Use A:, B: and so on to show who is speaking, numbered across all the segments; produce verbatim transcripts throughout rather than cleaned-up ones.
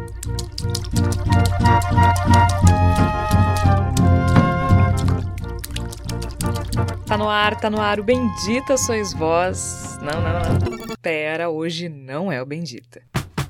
A: Tá no ar, tá no ar o Bendita Sois Vós. Não, não, não. Pera, hoje não é o Bendita.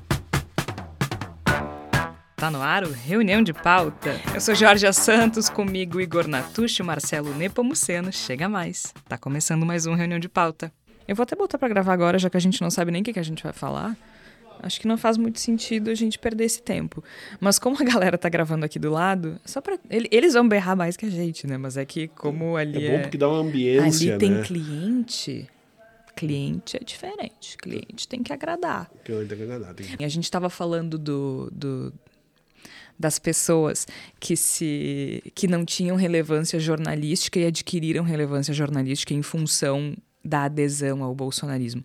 A: Tá no ar o Reunião de Pauta. Eu sou Jorge Santos, comigo Igor Natucci, Marcelo Nepomuceno. Chega mais. Tá começando mais um Reunião de Pauta. Eu vou até botar pra gravar agora, já que a gente não sabe nem o que, que a gente vai falar. Acho que não faz muito sentido a gente perder esse tempo. Mas como a galera tá gravando aqui do lado, só pra... Eles vão berrar mais que a gente, né? Mas é que como ali
B: é... É bom porque dá uma ambiência,
A: ali tem
B: né?
A: cliente... Cliente é diferente. Cliente tem que agradar.
B: Cliente tem que agradar. Tem que...
A: A gente tava falando do... do das pessoas que, se, que não tinham relevância jornalística e adquiriram relevância jornalística em função da adesão ao bolsonarismo.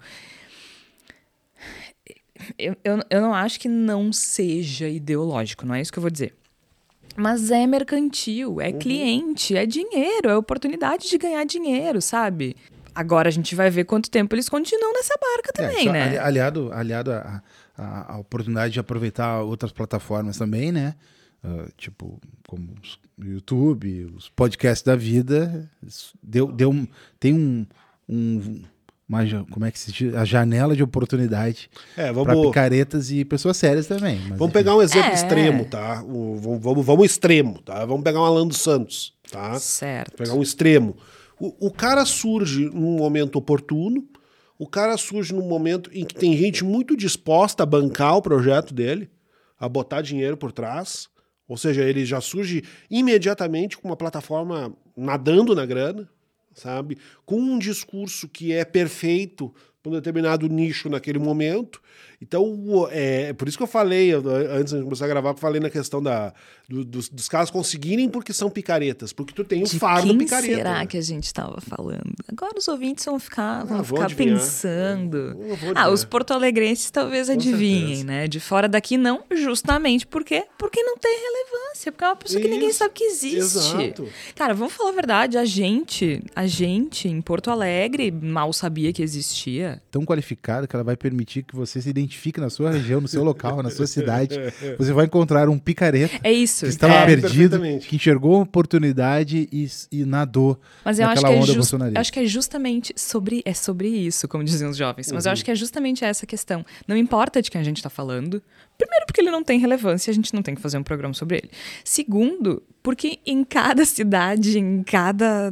A: Eu, eu, eu não acho que não seja ideológico, não é isso que eu vou dizer. Mas é mercantil, é uhum. cliente, é dinheiro, é oportunidade de ganhar dinheiro, sabe? Agora a gente vai ver quanto tempo eles continuam nessa barca também, é, né?
C: Ali, aliado aliado a, a, a oportunidade de aproveitar outras plataformas também, né? Uh, tipo, como o YouTube, os podcasts da vida, deu, deu, tem um... um Uma, como é que se diz? A janela de oportunidade
B: é, vamos...
C: para picaretas e pessoas sérias também. Mas
B: vamos
C: enfim.
B: pegar um exemplo
A: é.
B: extremo, tá? O, vamos, vamos, vamos extremo, tá? Vamos pegar um Alan dos Santos, tá?
A: Certo.
B: Pegar um extremo. O, o cara surge num momento oportuno, o cara surge num momento em que tem gente muito disposta a bancar o projeto dele, a botar dinheiro por trás, ou seja, ele já surge imediatamente com uma plataforma nadando na grana, sabe? Com um discurso que é perfeito para um determinado nicho naquele momento. Então, é por isso que eu falei, antes de começar a gravar, eu falei na questão da, do, dos, dos caras conseguirem porque são picaretas, porque tu tem o
A: de
B: faro do picareta.
A: Quem será
B: né?
A: que a gente estava falando? Agora os ouvintes vão ficar, vão
B: ah,
A: ficar pensando. Ah, os porto-alegrenses talvez
B: Com
A: adivinhem,
B: certeza.
A: né? De fora daqui não, justamente por quê? Porque não tem relevância, porque é uma pessoa
B: Isso,
A: que ninguém sabe que existe.
B: Exato.
A: Cara, vamos falar a verdade, a gente, a gente em Porto Alegre mal sabia que existia.
C: Tão qualificada que ela vai permitir que você se identifique na sua região, no seu local, na sua cidade. Você vai encontrar um picareta
A: é isso,
C: que estava
A: é,
C: perdido, que enxergou uma oportunidade e, e nadou
A: Mas eu
C: naquela
A: acho que
C: onda
A: é just,
C: bolsonarista.
A: Eu acho que é justamente sobre, é sobre isso, como diziam os jovens. Mas uhum. eu acho que é justamente essa questão. Não importa de quem a gente está falando. Primeiro, porque ele não tem relevância, a gente não tem que fazer um programa sobre ele. Segundo, porque em cada cidade, em cada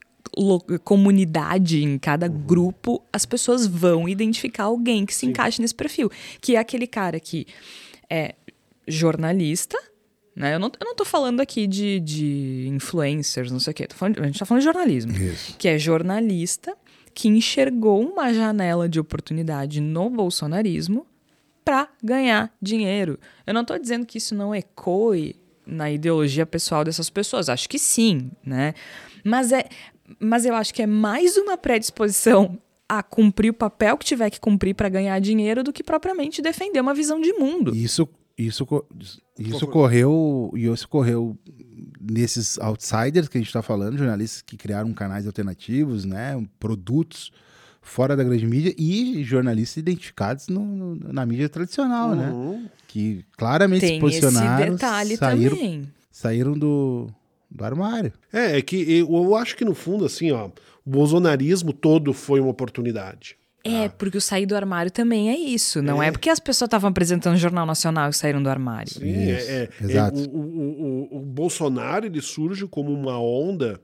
A: comunidade, em cada uhum. grupo, as pessoas vão identificar alguém que se Sim. encaixe nesse perfil. Que é aquele cara que é jornalista, né? Eu não, eu não tô falando aqui de, de influencers, não sei o quê. Tô falando, a gente tá falando de jornalismo.
C: Isso.
A: Que é jornalista que enxergou uma janela de oportunidade no bolsonarismo para ganhar dinheiro. Eu não tô dizendo que isso não ecoe na ideologia pessoal dessas pessoas. Acho que sim, né? Mas é... Mas eu acho que é mais uma predisposição a cumprir o papel que tiver que cumprir para ganhar dinheiro do que propriamente defender uma visão de mundo.
C: Isso, isso, isso correu, isso ocorreu nesses outsiders que a gente está falando, jornalistas que criaram canais alternativos, né, produtos fora da grande mídia e jornalistas identificados no, no, na mídia tradicional,
B: uhum.
C: né, que claramente
A: Tem
C: se posicionaram,
A: esse detalhe
C: saíram,
A: também.
C: saíram do... do armário.
B: É, é que eu, eu acho que no fundo, assim, ó, o bolsonarismo todo foi uma oportunidade.
A: É, ah. porque o sair do armário também é isso. Não é, é porque as pessoas estavam apresentando o Jornal Nacional e saíram do armário.
B: Sim, isso, é, é,
C: exato.
B: É, o, o, o, o Bolsonaro, ele surge como uma onda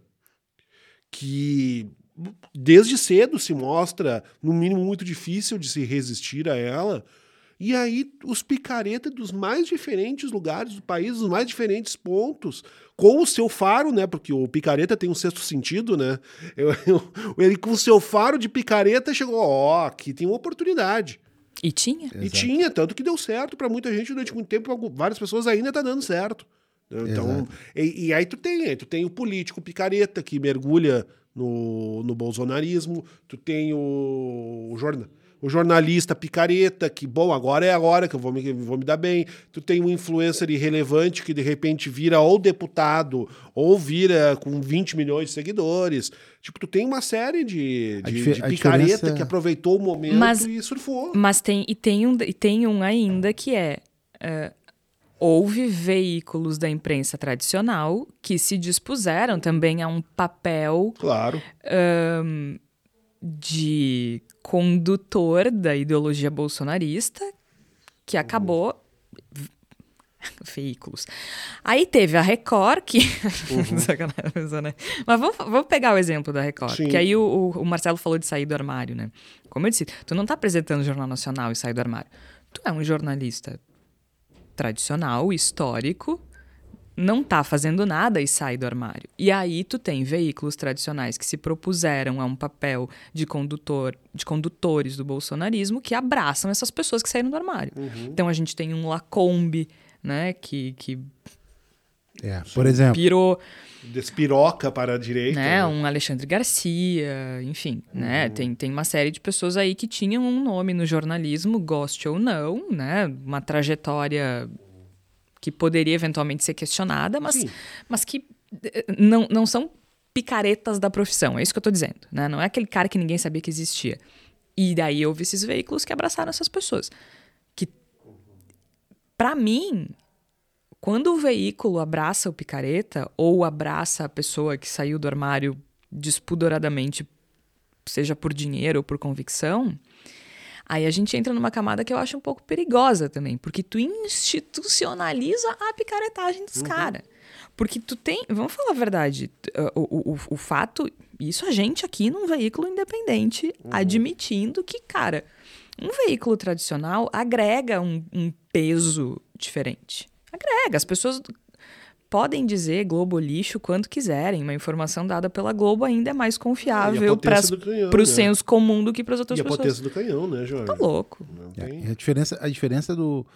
B: que desde cedo se mostra, no mínimo, muito difícil de se resistir a ela. E aí os picaretas dos mais diferentes lugares do país, dos mais diferentes pontos, com o seu faro, né? Porque o picareta tem um sexto sentido, né? Eu, eu, ele com o seu faro de picareta chegou, ó, oh, aqui tem uma oportunidade.
A: E tinha.
B: E Exato. tinha, tanto que deu certo para muita gente durante muito tempo, várias pessoas ainda tá dando certo. Então, e, e aí tu tem, aí tu tem o político picareta que mergulha no, no bolsonarismo, tu tem o, o jornal. O jornalista picareta, que, bom, agora é a hora que eu vou me, vou me dar bem. Tu tem um influencer irrelevante que, de repente, vira ou deputado ou vira com vinte milhões de seguidores. Tipo, tu tem uma série de, de,
C: dif-
B: de picareta
C: diferença...
B: que aproveitou o momento mas, e surfou.
A: Mas tem, e tem, um, e tem um ainda que é... Uh, houve veículos da imprensa tradicional que se dispuseram também a um papel
B: Claro.
A: um, de condutor da ideologia bolsonarista, que acabou... Veículos. Aí teve a Record, que...
B: Uhum.
A: Sacanagem, né? Mas vamos, vamos pegar o exemplo da Record.
B: Sim.
A: Que aí o, o Marcelo falou de sair do armário, né? Como eu disse, tu não tá apresentando o Jornal Nacional e sair do armário. Tu é um jornalista tradicional, histórico, não tá fazendo nada e sai do armário. E aí tu tem veículos tradicionais que se propuseram a um papel de condutor, de condutores do bolsonarismo que abraçam essas pessoas que saíram do armário.
B: Uhum.
A: Então a gente tem um Lacombe, né, que, que
C: É, por exemplo,
A: pirou,
B: Despiroca para a direita.
A: né,
B: né?
A: um Alexandre Garcia, enfim, né,
B: Uhum.
A: tem, tem uma série de pessoas aí que tinham um nome no jornalismo, goste ou não, né, uma trajetória que poderia eventualmente ser questionada, mas,
B: Sim.
A: mas que eh, não, não são picaretas da profissão, é isso que eu tô dizendo, né, não é aquele cara que ninguém sabia que existia. E daí houve esses veículos que abraçaram essas pessoas. Que, pra mim, quando o veículo abraça o picareta ou abraça a pessoa que saiu do armário despudoradamente, seja por dinheiro ou por convicção, aí a gente entra numa camada que eu acho um pouco perigosa também, porque tu institucionaliza a picaretagem dos caras. Porque tu tem... Vamos falar a verdade. O, o, o fato... Isso a gente aqui num veículo independente admitindo que, cara, um veículo tradicional agrega um, um peso diferente. Agrega. As pessoas podem dizer Globo lixo quanto quiserem. Uma informação dada pela Globo ainda é mais confiável para o
B: né?
A: senso comum do que para as outras
B: E a
A: pessoas.
B: potência do canhão, né, Jorge?
A: Tá louco.
B: Não
C: é,
B: tem...
C: a diferença, a diferença do...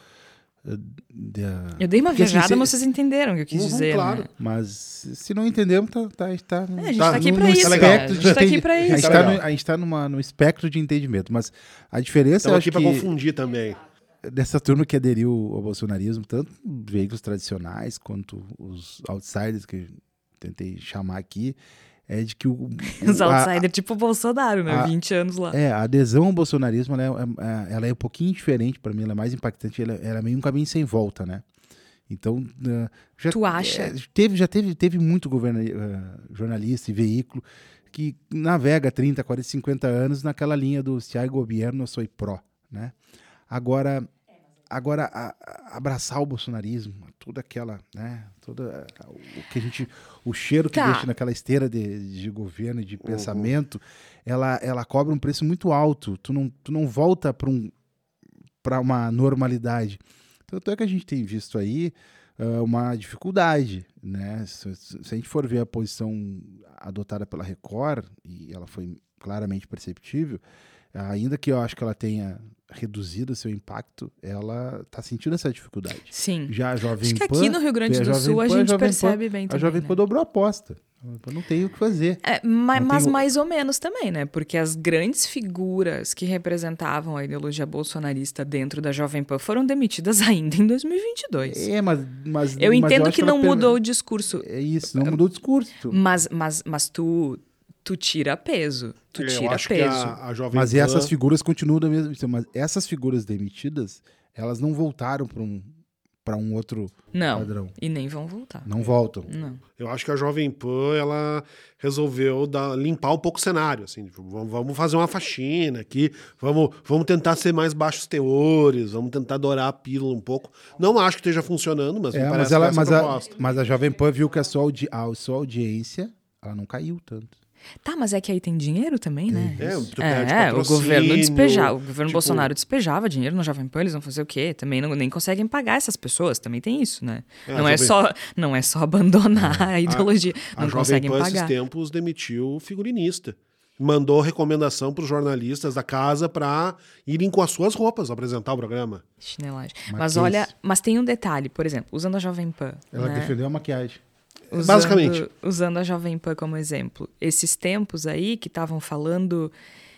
C: Da...
A: Eu dei uma
C: Porque, assim,
A: viajada,
C: se-
A: mas vocês entenderam o que eu quis
B: Uhum,
A: dizer,
B: claro.
A: né?
C: Mas se não entendemos, tá, tá, tá,
A: É, a gente
C: tá
A: tá aqui
C: no-
A: pra
C: no
A: isso,
C: espectro
A: cara. A
C: de
A: gente tá aqui
C: entendi-
A: pra
C: A gente
A: isso.
C: tá,
B: Legal.
C: no, a gente tá numa, no espectro de entendimento, mas a diferença, eu
B: Estamos
C: acho
B: aqui para
C: que
B: confundir também.
C: dessa turma que aderiu ao bolsonarismo, tanto veículos tradicionais quanto os outsiders que eu tentei chamar aqui, é de que o...
A: Os
C: a-
A: outsiders, tipo o Bolsonaro, né?
C: a-
A: vinte anos lá.
C: É, a adesão ao bolsonarismo, ela é, é- ela é um pouquinho diferente para mim, ela é mais impactante, ela, ela é meio um caminho sem volta, né? Então, eh, já,
A: Tu acha?
C: eh, teve, já teve, teve muito governa, eh, jornalista e veículo que navega trinta, quarenta, cinquenta anos naquela linha do se hay governo, eu sou pró, né? Agora, agora a- a- abraçar o bolsonarismo, toda aquela, né? Toda a- o que a gente, o cheiro que
A: Tá.
C: deixa naquela esteira de, de governo e de pensamento, ela, ela cobra um preço muito alto. Tu não, tu não volta para um, para uma normalidade. Tanto é que a gente tem visto aí ah, uma dificuldade, né? Se, se a gente for ver a posição adotada pela Record, e ela foi claramente perceptível, ainda que eu acho que ela tenha reduzido o seu impacto, ela está sentindo essa dificuldade.
A: Sim.
C: Já a Jovem
A: Acho que
C: Pan,
A: aqui no Rio Grande
C: a
A: do
C: Jovem
A: Sul a
C: Pan,
A: gente
C: Jovem Pan-
A: percebe bem
C: a
A: também,
C: Jovem
A: né?
C: Pan dobrou a aposta. Eu não tenho o que fazer.
A: É, ma-
C: Não
A: mas
C: tem o-
A: mais ou menos também, né? Porque as grandes figuras que representavam a ideologia bolsonarista dentro da Jovem Pan foram demitidas ainda em dois mil e vinte e dois.
C: É, mas, mas
A: Eu
C: mas
A: entendo
C: acho
A: que
C: ela
A: não
C: per-
A: mudou o discurso,
C: É isso, não mudou o discurso.
A: mas, mas, mas tu, tu tira peso. Tu
B: É, eu
A: tira
B: acho que
A: peso.
B: a, a Jovem
C: Mas
B: Pan-
C: essas figuras continuam da mesma. Mas essas figuras demitidas, elas não voltaram para um, para um outro
A: Não,
C: padrão.
A: e nem vão voltar.
C: Não voltam.
A: Não.
B: Eu acho que a Jovem Pan, ela resolveu dar, limpar um pouco o cenário, assim, tipo, vamos, vamos fazer uma faxina aqui, vamos, vamos tentar ser mais baixos teores, vamos tentar dourar a pílula um pouco. Não acho que esteja funcionando, mas me
C: É,
B: parece
C: mas, ela,
B: que essa
C: mas,
B: é a
C: a,
B: proposta.
C: mas a Jovem Pan viu que a sua, audi, a sua audiência ela não caiu tanto.
A: Tá, mas é que aí tem dinheiro também, né?
B: É, tu perde
A: É, o
B: patrocínio,
A: governo despejava, o governo
B: tipo-
A: Bolsonaro despejava dinheiro no Jovem Pan, eles vão fazer o quê? Também não, nem conseguem pagar essas pessoas, também tem isso, né?
B: É,
A: não,
B: a
A: é
B: Jovem-
A: só, não é só abandonar a ideologia,
B: A
A: não
B: Jovem
A: conseguem
B: Pan, esses
A: pagar.
B: tempos, demitiu o figurinista. Mandou recomendação para os jornalistas da casa para irem com as suas roupas apresentar o programa.
A: Chinelagem.
C: Mas
A: Mas
C: que
A: olha,
C: isso?
A: mas tem um detalhe, por exemplo, usando a Jovem Pan,
C: Ela
A: né?
C: defendeu a maquiagem.
A: Usando,
B: Basicamente.
A: Usando a Jovem Pan como exemplo. Esses tempos aí que estavam falando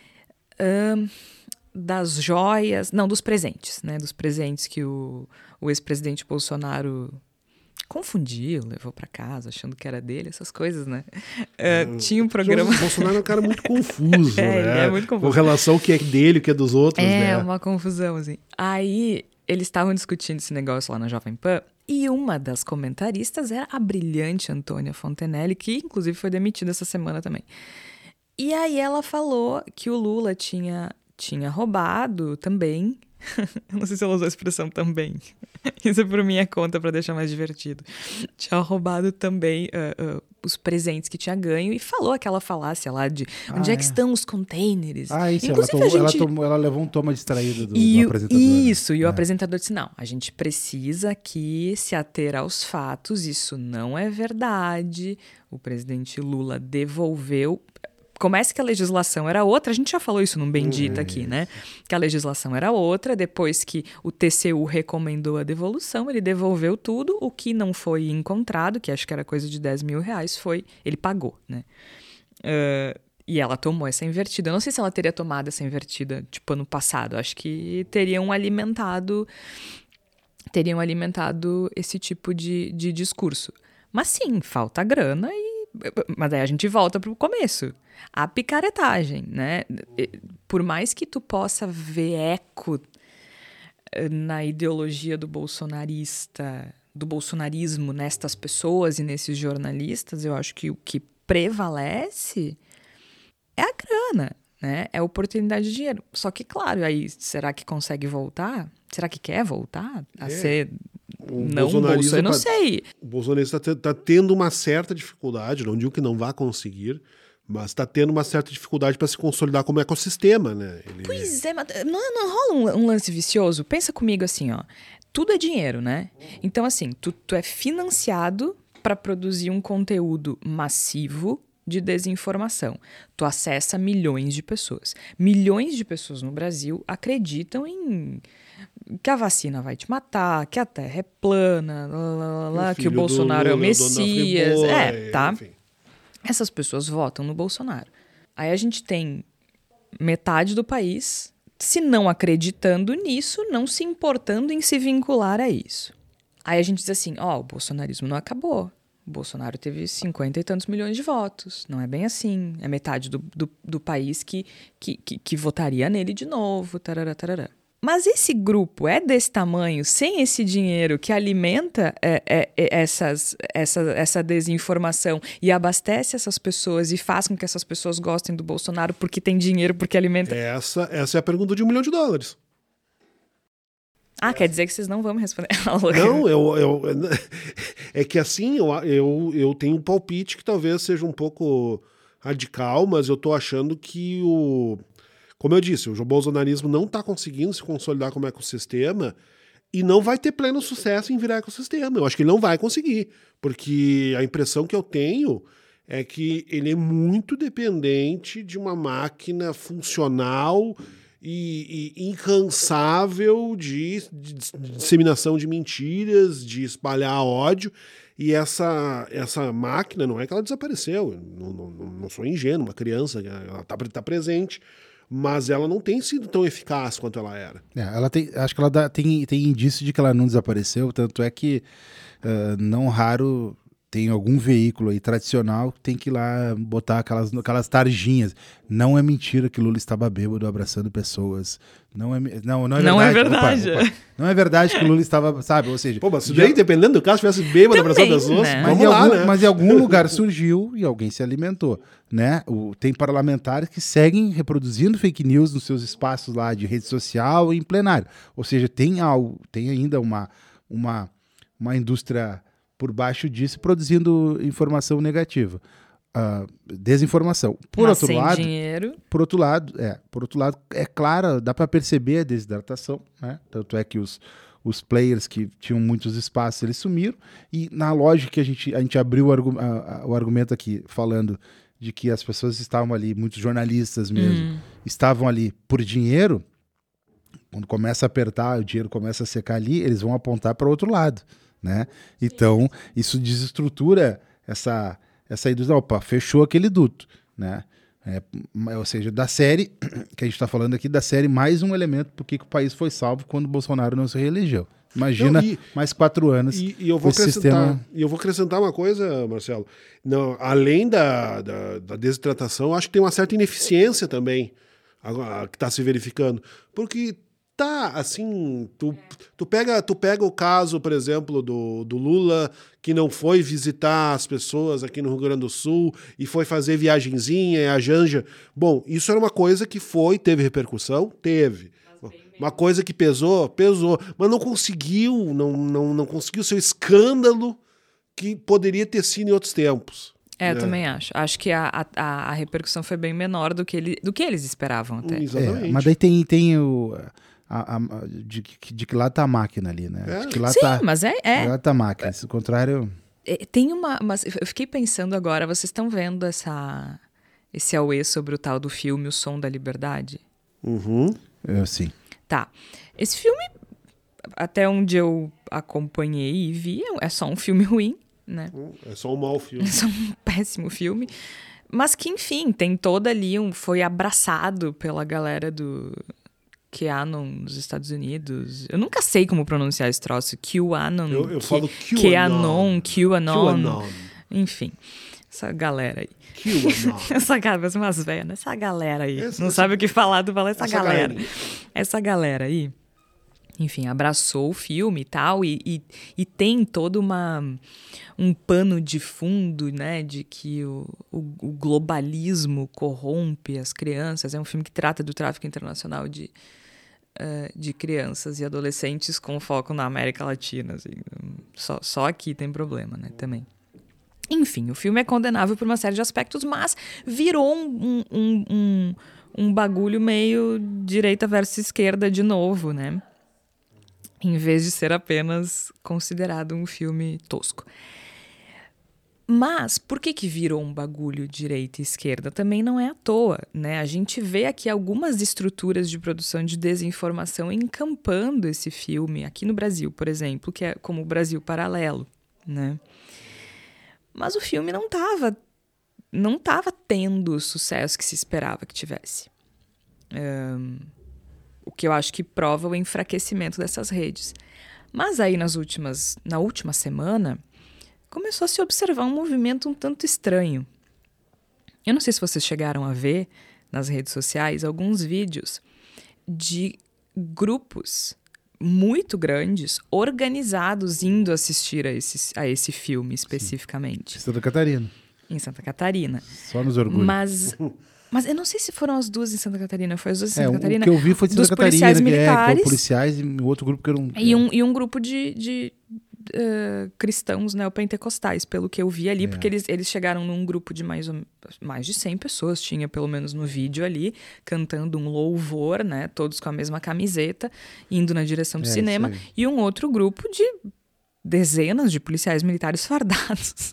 A: ahn, das joias... Não, dos presentes, né? Dos presentes que o, o ex-presidente Bolsonaro confundiu, levou pra casa, achando que era dele, essas coisas, né? Uh, tinha um programa...
B: O Bolsonaro é um cara muito confuso,
A: é,
B: né?
A: é muito confuso.
B: Com relação ao que é dele, o que é dos outros,
A: é,
B: né?
A: É, uma confusão, assim. Aí, eles estavam discutindo esse negócio lá na Jovem Pan, e uma das comentaristas era a brilhante Antônia Fontenelle, que inclusive foi demitida essa semana também. E aí ela falou que o Lula tinha, tinha roubado também. Não sei se ela usou a expressão também. Isso é por minha conta, para deixar mais divertido. Tinha roubado também uh, uh, os presentes que tinha ganho e falou aquela falácia lá de onde
C: ah,
A: é que
C: é.
A: estão os containers.
C: Ah, isso,
A: Inclusive,
C: ela, tomou,
A: a gente...
C: ela, tomou, ela levou um toma distraído do,
A: e
C: do apresentador.
A: Isso,
C: né?
A: e o
C: é.
A: apresentador disse, não, a gente precisa aqui se ater aos fatos, isso não é verdade. O presidente Lula devolveu... Começa que a legislação era outra, a gente já falou isso num Bendita uhum. aqui, né? Que a legislação era outra, depois que o T C U recomendou a devolução, ele devolveu tudo, o que não foi encontrado, que acho que era coisa de dez mil reais, foi, ele pagou, né? Uh, e ela tomou essa invertida. Eu não sei se ela teria tomado essa invertida, tipo, ano passado. Acho que teriam alimentado, teriam alimentado esse tipo de, de discurso. Mas sim, falta grana e... Mas aí a gente volta pro começo. A picaretagem, né? Por mais que tu possa ver eco na ideologia do bolsonarista, do bolsonarismo nestas pessoas e nesses jornalistas, eu acho que o que prevalece é a grana, né? É a oportunidade de dinheiro. Só que, claro, aí, será que consegue voltar? Será que quer voltar a é. ser...
B: O
A: não, bolso, eu não sei.
B: O bolsonarista está tá tendo uma certa dificuldade, não digo que não vá conseguir, mas está tendo uma certa dificuldade para se consolidar como ecossistema, né? Ele...
A: Pois é, mas não, não rola um, um lance vicioso? Pensa comigo assim, ó. Tudo é dinheiro, né? Então, assim, tu, tu é financiado para produzir um conteúdo massivo de desinformação. Tu acessa milhões de pessoas. Milhões de pessoas no Brasil acreditam em... que a vacina vai te matar, que a Terra é plana, lá, lá, lá, que o Bolsonaro do, é o Messias. Boy, é, tá? Enfim. Essas pessoas votam no Bolsonaro. Aí a gente tem metade do país, se não acreditando nisso, não se importando em se vincular a isso. Aí a gente diz assim, ó, oh, o bolsonarismo não acabou. O Bolsonaro teve cinquenta e tantos milhões de votos. Não é bem assim. É metade do, do, do país que, que, que, que votaria nele de novo, tarará, tarará. Mas esse grupo é desse tamanho, sem esse dinheiro que alimenta é, é, é, essas, essa, essa desinformação e abastece essas pessoas e faz com que essas pessoas gostem do Bolsonaro porque tem dinheiro, porque alimenta...
B: Essa, essa é a pergunta de um milhão de dólares.
A: Ah, quer dizer que vocês não vão me responder?
B: Não, eu, eu, é que assim, eu, eu, eu tenho um palpite que talvez seja um pouco radical, mas eu tô achando que o... Como eu disse, o bolsonarismo não está conseguindo se consolidar como ecossistema e não vai ter pleno sucesso em virar ecossistema. Eu acho que ele não vai conseguir, porque a impressão que eu tenho é que ele é muito dependente de uma máquina funcional e, e incansável de, de, de disseminação de mentiras, de espalhar ódio. E essa, essa máquina, não é que ela desapareceu, eu não, não, não sou ingênuo, uma criança, ela está tá presente, mas ela não tem sido tão eficaz quanto ela era.
C: É, ela tem, acho que ela dá, tem, tem indício de que ela não desapareceu, tanto é que uh, não raro tem algum veículo aí tradicional que tem que ir lá botar aquelas, aquelas tarjinhas. Não é mentira que Lula estava bêbado abraçando pessoas. Não é, não, não é
A: não
C: verdade.
A: É verdade.
C: Opa, opa. Não é verdade que Lula estava, sabe? Ou seja...
B: Pô, mas daí, dependendo do caso, se tivesse bêbado abraçando pessoas,
A: né?
B: vamos
C: mas
B: lá,
C: algum,
B: né?
C: Mas em algum lugar surgiu e alguém se alimentou, né? O, tem parlamentares que seguem reproduzindo fake news nos seus espaços lá de rede social e em plenário. Ou seja, tem, algo, tem ainda uma, uma, uma indústria... por baixo disso, produzindo informação negativa, uh, desinformação. Por
A: Mas
C: outro
A: sem
C: lado,
A: dinheiro.
C: por outro lado, é, por outro lado, é claro, dá para perceber a desidratação, né? Tanto é que os, os players que tinham muitos espaços, eles sumiram. E na lógica que a gente, a gente abriu o, argu a, a, o argumento aqui, falando de que as pessoas estavam ali, muitos jornalistas mesmo, hum. estavam ali por dinheiro. Quando começa a apertar, o dinheiro começa a secar ali, eles vão apontar para o outro lado. Né? Então, isso desestrutura essa, essa indústria. Opa, fechou aquele duto. Né? É, ou seja, da série, que a gente está falando aqui, da série, mais um elemento por que o país foi salvo quando o Bolsonaro não se reelegeu. Imagina
B: Não, e,
C: mais quatro anos.
B: E, e, eu vou
C: esse
B: acrescentar,
C: sistema...
B: e eu vou acrescentar uma coisa, Marcelo. Não, além da, da, da desidratação, acho que tem uma certa ineficiência também a, a, que está se verificando. Porque tá, assim, tu, tu, pega, tu pega o caso, por exemplo, do, do Lula, que não foi visitar as pessoas aqui no Rio Grande do Sul e foi fazer viagenzinha, e a Janja. Bom, isso era uma coisa que foi, teve repercussão? Teve. Uma coisa que pesou? Pesou. Mas não conseguiu, não, não, não conseguiu ser o escândalo que poderia ter sido em outros tempos.
A: É,
B: é.
A: eu também acho. Acho que a, a, a repercussão foi bem menor do que, ele, do que eles esperavam até.
B: Exatamente.
C: É, mas daí tem, tem o... A, a, de, de que lado tá a máquina ali, né?
B: É.
C: De que lado
A: Sim,
C: tá,
A: mas é... é.
C: de que lado tá a máquina. Se o contrário...
A: É, tem uma... Mas eu fiquei pensando agora, vocês estão vendo essa, esse auê sobre o tal do filme O Som da Liberdade?
B: Uhum.
C: Eu, sim.
A: Tá. Esse filme, até onde eu acompanhei e vi, é só um filme ruim, né?
B: É só um mau filme.
A: É só um péssimo filme. Mas que, enfim, tem toda ali um... Foi abraçado pela galera do QAnon nos Estados Unidos. Eu nunca sei como pronunciar esse troço. QAnon.
B: Eu, eu
A: Q,
B: falo QAnon.
A: QAnon, QAnon.
B: QAnon.
A: Enfim, essa galera aí.
B: QAnon.
A: Essa galera, umas velhas, né? Essa galera aí.
B: Essa,
A: Não
B: essa,
A: sabe o que falar, tu fala essa, essa galera.
B: galerinha.
A: Essa galera aí, enfim, abraçou o filme e tal, e, e, e tem todo uma, um pano de fundo, né, de que o, o, o globalismo corrompe as crianças. É um filme que trata do tráfico internacional de, uh, de crianças e adolescentes com foco na América Latina. Assim. Só, só aqui tem problema, né, também. Enfim, o filme é condenável por uma série de aspectos, mas virou um, um, um, um bagulho meio direita versus esquerda de novo, né? Em vez de ser apenas considerado um filme tosco. Mas por que que virou um bagulho direita e esquerda? Também não é à toa, né? A gente vê aqui algumas estruturas de produção de desinformação encampando esse filme, aqui no Brasil, por exemplo, que é como o Brasil Paralelo, né? Mas o filme não estava não tava tendo o sucesso que se esperava que tivesse. Um, o que eu acho que prova o enfraquecimento dessas redes. Mas aí nas últimas, na última semana, começou a se observar um movimento um tanto estranho. Eu não sei se vocês chegaram a ver nas redes sociais alguns vídeos de grupos muito grandes, organizados, indo assistir a esse, a esse filme especificamente.
C: Em Santa Catarina.
A: Em Santa Catarina.
C: Só nos orgulhos.
A: Mas, mas eu não sei se foram as duas em Santa Catarina. Foi as duas em
C: É,
A: Santa
C: o
A: Catarina.
C: que eu vi foi de Santa
A: dos
C: Catarina,
A: policiais
C: que
A: militares.
C: É, que é policiais e o outro grupo que era um...
A: E um, e um grupo de... de Uh, cristãos neopentecostais, pelo que eu vi ali, é. porque eles, eles chegaram num grupo de mais, mais de cem pessoas, tinha pelo menos no vídeo ali, cantando um louvor, né, todos com a mesma camiseta, indo na direção do é, cinema, e um outro grupo de dezenas de policiais militares fardados.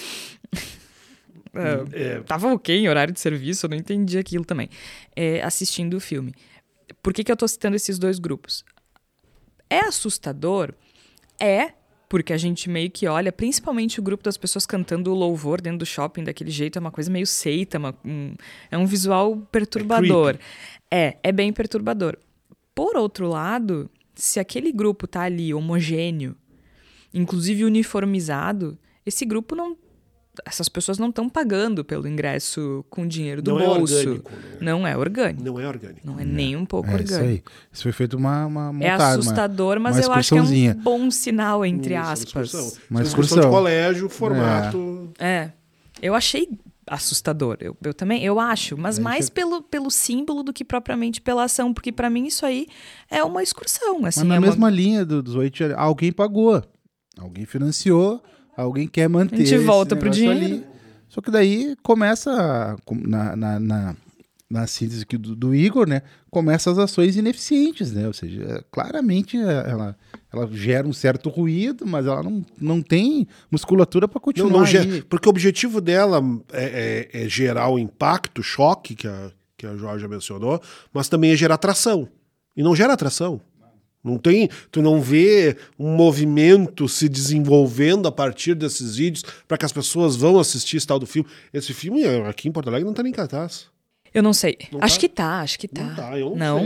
A: uh, é. Tava ok em horário de serviço, eu não entendi aquilo também, é, assistindo o filme. Por que que eu tô citando esses dois grupos? É assustador? É, porque a gente meio que olha, principalmente o grupo das pessoas cantando o louvor dentro do shopping daquele jeito, é uma coisa meio seita, uma, um, é um visual perturbador. É, é, é bem perturbador. Por outro lado, se aquele grupo tá ali homogêneo, inclusive uniformizado, esse grupo não... Essas pessoas não estão pagando pelo ingresso com dinheiro do
B: não
A: bolso.
B: É orgânico, né?
A: Não é orgânico.
B: Não é orgânico.
A: Não é nem um pouco
C: é,
A: orgânico.
C: Isso aí. Isso foi feito uma, uma montada,
A: É assustador,
C: uma,
A: mas
C: uma
A: eu acho que é um bom sinal, entre
B: Isso,
A: aspas.
B: Uma excursão.
C: Uma
B: excursão de colégio, formato...
A: É. é. Eu achei assustador. Eu, eu também, eu acho. Mas é, mais que... pelo, pelo símbolo do que propriamente pela ação. Porque pra mim isso aí é uma excursão. Assim,
C: mas na
A: é
C: mesma
A: uma...
C: linha do, dos oito, alguém pagou. Alguém financiou. Alguém quer manter.
A: A gente volta pro dinheiro.
C: Ali. Só que daí começa, na, na, na, na síntese aqui do, do Igor, né? Começa as ações ineficientes, né? Ou seja, claramente ela, ela gera um certo ruído, mas ela não, não tem musculatura para continuar. Não, não gera,
B: porque o objetivo dela é, é, é gerar o impacto, o choque que a, que a Jorge mencionou, mas também é gerar atração. E não gera atração. Não tem, tu não vê um movimento se desenvolvendo a partir desses vídeos para que as pessoas vão assistir esse tal do filme. Esse filme aqui em Porto Alegre não tá nem em cartaz.
A: Eu não sei.
B: Não
A: acho
B: tá?
A: que tá, acho que tá.
B: Não tá, eu não,
A: não.
B: sei. Eu não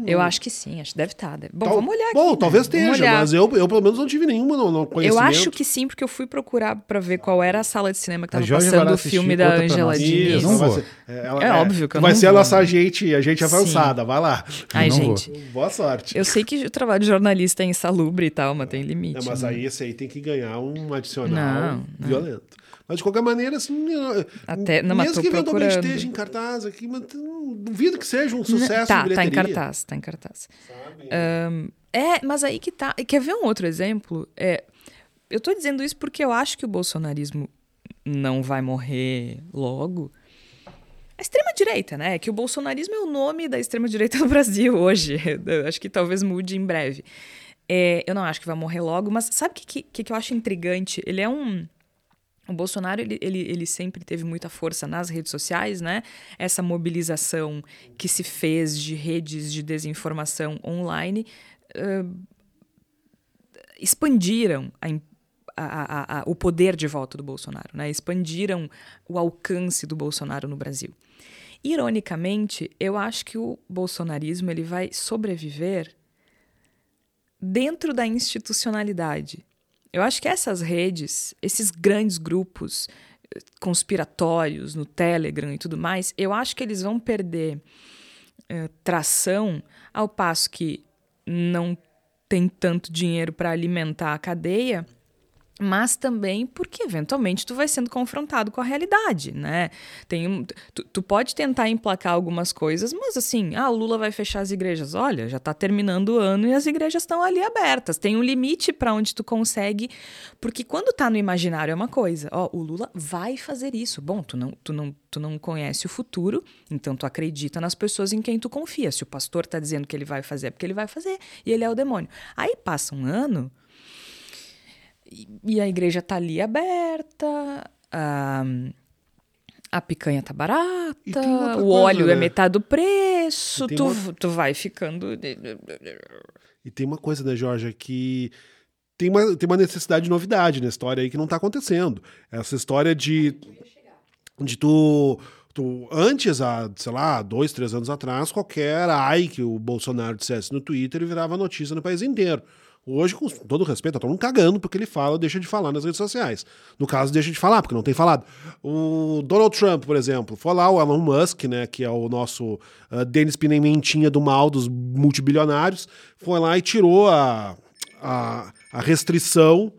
A: Eu acho que sim, acho que deve estar. Bom,
B: Tal-
A: vamos olhar aqui.
B: Bom,
A: né?
B: talvez
A: Vamos
B: esteja,
A: olhar.
B: mas eu, eu pelo menos não tive nenhuma no, no
A: Eu
B: conhecimento.
A: acho que sim, porque eu fui procurar pra ver qual era a sala de cinema que
C: A
A: tava
C: Jorge vai
A: passando
C: lá
A: o
C: assistir,
A: filme da
C: conta pra
A: Angela
C: nós.
A: Diniz.
C: Eu não
B: vai
C: vou.
B: ser- ela-
A: É óbvio que eu
B: vai
A: não
B: ser a
A: vou,
B: nossa
A: né?
B: gente, a gente avançada, vai lá.
A: Ai,
C: Eu não vou.
A: gente,
B: Boa sorte.
A: eu sei que o trabalho de jornalista é insalubre e tal, mas tem limite.
B: É, mas
A: né?
B: aí esse aí tem que ganhar um adicional
A: Não, não.
B: violento. Mas de qualquer maneira, assim, eu-
A: Até- não, mas
B: mesmo
A: tô
B: que eventualmente
A: procurando.
B: esteja em cartaz aqui, mas hum, duvido que seja um sucesso
A: Tá,
B: de
A: tá em
B: bilheteria.
A: cartaz, tá em cartaz.
B: Sabe?
A: Ahn, é, mas aí que tá. Quer ver um outro exemplo? É, eu tô dizendo isso porque eu acho que o bolsonarismo não vai morrer logo. A extrema-direita, né? Que o bolsonarismo é o nome da extrema-direita no Brasil hoje. Eu acho que talvez mude em breve. É, eu não acho que vai morrer logo, mas sabe o que, que, que eu acho intrigante? Ele é um... O Bolsonaro, ele, ele, ele sempre teve muita força nas redes sociais, né? Essa mobilização que se fez de redes de desinformação online uh, expandiram a, a, a, a, o poder de voto do Bolsonaro, né? Expandiram o alcance do Bolsonaro no Brasil. Ironicamente, eu acho que o bolsonarismo ele vai sobreviver dentro da institucionalidade. Eu acho que essas redes, esses grandes grupos conspiratórios no Telegram e tudo mais, eu acho que eles vão perder eh, tração ao passo que não tem tanto dinheiro para alimentar a cadeia, mas também porque, eventualmente, tu vai sendo confrontado com a realidade, né? Tem um, tu, tu pode tentar emplacar algumas coisas, mas assim, ah, o Lula vai fechar as igrejas. Olha, já tá terminando o ano e as igrejas estão ali abertas. Tem um limite para onde tu consegue, porque quando tá no imaginário é uma coisa. Ó, o Lula vai fazer isso. Bom, tu não, tu não, tu não conhece o futuro, então tu acredita nas pessoas em quem tu confia. Se o pastor tá dizendo que ele vai fazer, é porque ele vai fazer, e ele é o demônio. Aí passa um ano... E a igreja tá ali aberta, a, a picanha tá barata, o
B: coisa,
A: óleo
B: né?
A: é metade do preço,
B: E tem
A: tu,
B: uma-
A: tu vai ficando...
B: E tem uma coisa, né, Jorge, que tem uma, tem uma necessidade de novidade na história aí que não tá acontecendo. Essa história de, de tu, tu... Antes, há, sei lá, dois, três anos atrás, qualquer ai que o Bolsonaro dissesse no Twitter virava notícia no país inteiro. Hoje, com todo respeito, tá todo mundo cagando porque ele fala ou deixa de falar nas redes sociais. No caso, deixa de falar, porque não tem falado. O Donald Trump, por exemplo, foi lá o Elon Musk, né, que é o nosso uh, Denis Pimentinha do mal dos multibilionários, foi lá e tirou a, a, a restrição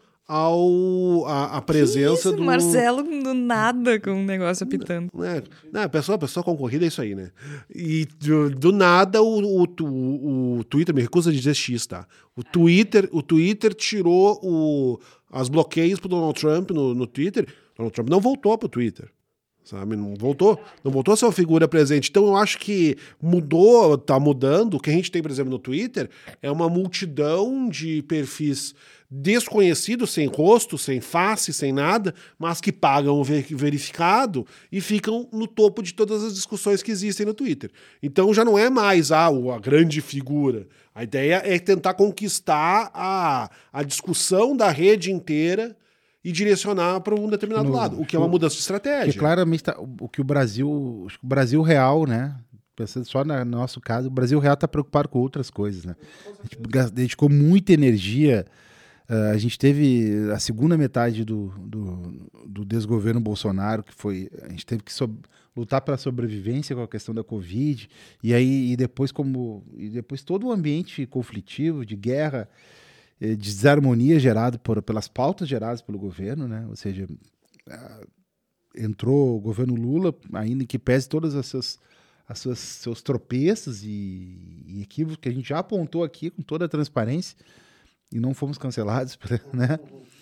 B: ao, a, a presença
A: Isso,
B: do...
A: Marcelo do nada com um negócio apitando.
B: Né? Não, a pessoa, a pessoa concorrida é isso aí, né? E do, do nada o, o, o, o Twitter, me recusa de dizer X, tá? O Twitter, o Twitter tirou o, as bloqueios pro Donald Trump no, no Twitter. Donald Trump não voltou pro Twitter, sabe? Não voltou, não voltou a ser uma figura presente. Então eu acho que mudou, tá mudando. O que a gente tem, por exemplo, no Twitter é uma multidão de perfis desconhecidos, sem rosto, sem face, sem nada, mas que pagam o ver- verificado e ficam no topo de todas as discussões que existem no Twitter. Então já não é mais ah, o- a grande figura. A ideia é tentar conquistar a, a discussão da rede inteira e direcionar para um determinado
C: No-
B: lado, o que é uma mudança de estratégia.
C: Porque claramente tá, o, o que o Brasil, acho que o Brasil real, né? Pensando só na- no nosso caso, o Brasil real está preocupado com outras coisas, né? A gente gas- dedicou muita energia. Uh, a gente teve a segunda metade do, do, do desgoverno Bolsonaro, que foi. A gente teve que sob- lutar pela sobrevivência com a questão da Covid, e aí e depois, como. E depois todo o ambiente conflitivo, de guerra, eh, de desarmonia gerado por, pelas pautas geradas pelo governo, né? Ou seja, ah, entrou o governo Lula, ainda que pese todas as suas, as suas seus tropeços e, e equívocos que a gente já apontou aqui com toda a transparência e não fomos cancelados, né?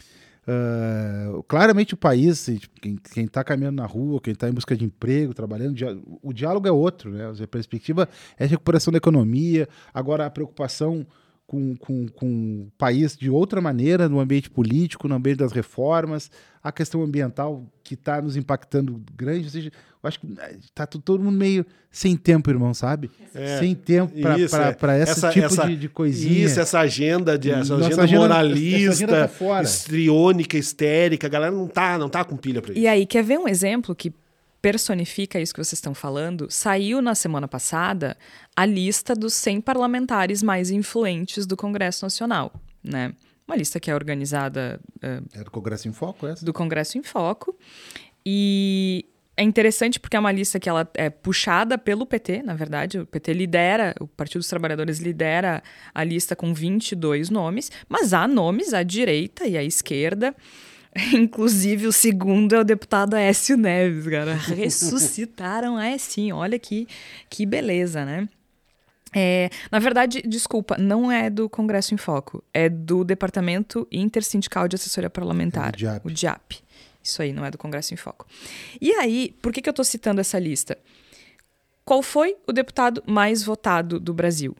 C: Uh, claramente o país, quem está caminhando na rua, quem está em busca de emprego, trabalhando, dia- o diálogo é outro, né? A perspectiva é a recuperação da economia, agora a preocupação com, com, com o país de outra maneira, no ambiente político, no ambiente das reformas, a questão ambiental que está nos impactando grande, ou seja, eu acho que está todo mundo meio sem tempo, irmão, sabe?
B: É,
C: sem tempo
B: isso, é.
C: para esse
B: Essa-
C: tipo
B: essa-
C: de, de coisinha.
B: Isso, essa agenda, de, essa
C: Nossa
B: agenda
C: agenda-
B: moralista,
C: essa agenda tá fora.
B: histriônica, histérica, a galera não tá, não tá com pilha pra isso.
A: E aí, quer ver um exemplo que personifica isso que vocês estão falando, saiu na semana passada a lista dos cem parlamentares mais influentes do Congresso Nacional, né? Uma lista que é organizada... Uh,
C: é do Congresso em Foco, essa?
A: Do Congresso em Foco. E é interessante porque é uma lista que ela é puxada pelo P T, na verdade. O P T lidera, o Partido dos Trabalhadores lidera a lista com vinte e dois nomes, mas há nomes à direita e à esquerda. Inclusive, o segundo é o deputado Aécio Neves, cara. Ressuscitaram Aécio, olha que, que beleza, né? É, na verdade, desculpa, não é do Congresso em Foco, é do Departamento Intersindical de Assessoria Parlamentar,
C: é D I A P.
A: o D I A P. Isso aí, não é do Congresso em Foco. E aí, por que, que eu estou citando essa lista? Qual foi o deputado mais votado do Brasil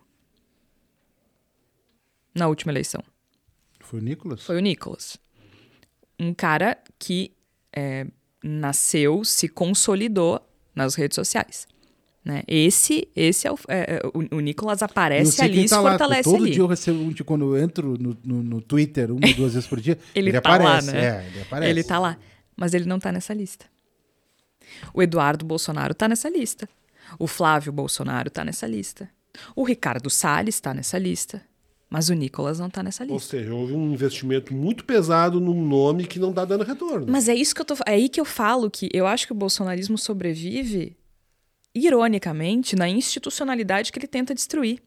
A: na última eleição?
C: Foi o Nicolas?
A: Foi o Nicolas. Um cara que é, nasceu, se consolidou nas redes sociais. Né? Esse, esse é o, é, o, o Nicolas aparece ali e
C: tá
A: se
C: lá,
A: fortalece
C: todo
A: ali.
C: Todo dia eu recebo, quando eu entro no, no, no Twitter uma ou duas vezes por dia,
A: ele,
C: ele
A: tá
C: aparece.
A: Lá, né?
C: É, ele aparece.
A: Ele tá lá, mas ele não tá nessa lista. O Eduardo Bolsonaro tá nessa lista. O Flávio Bolsonaro tá nessa lista. O Ricardo Salles tá nessa lista. Mas o Nicolas não tá nessa lista.
B: Ou seja, houve um investimento muito pesado num nome que não tá dando retorno.
A: Mas é isso que eu tô, é aí que eu falo que eu acho que o bolsonarismo sobrevive, ironicamente, na institucionalidade que ele tenta destruir.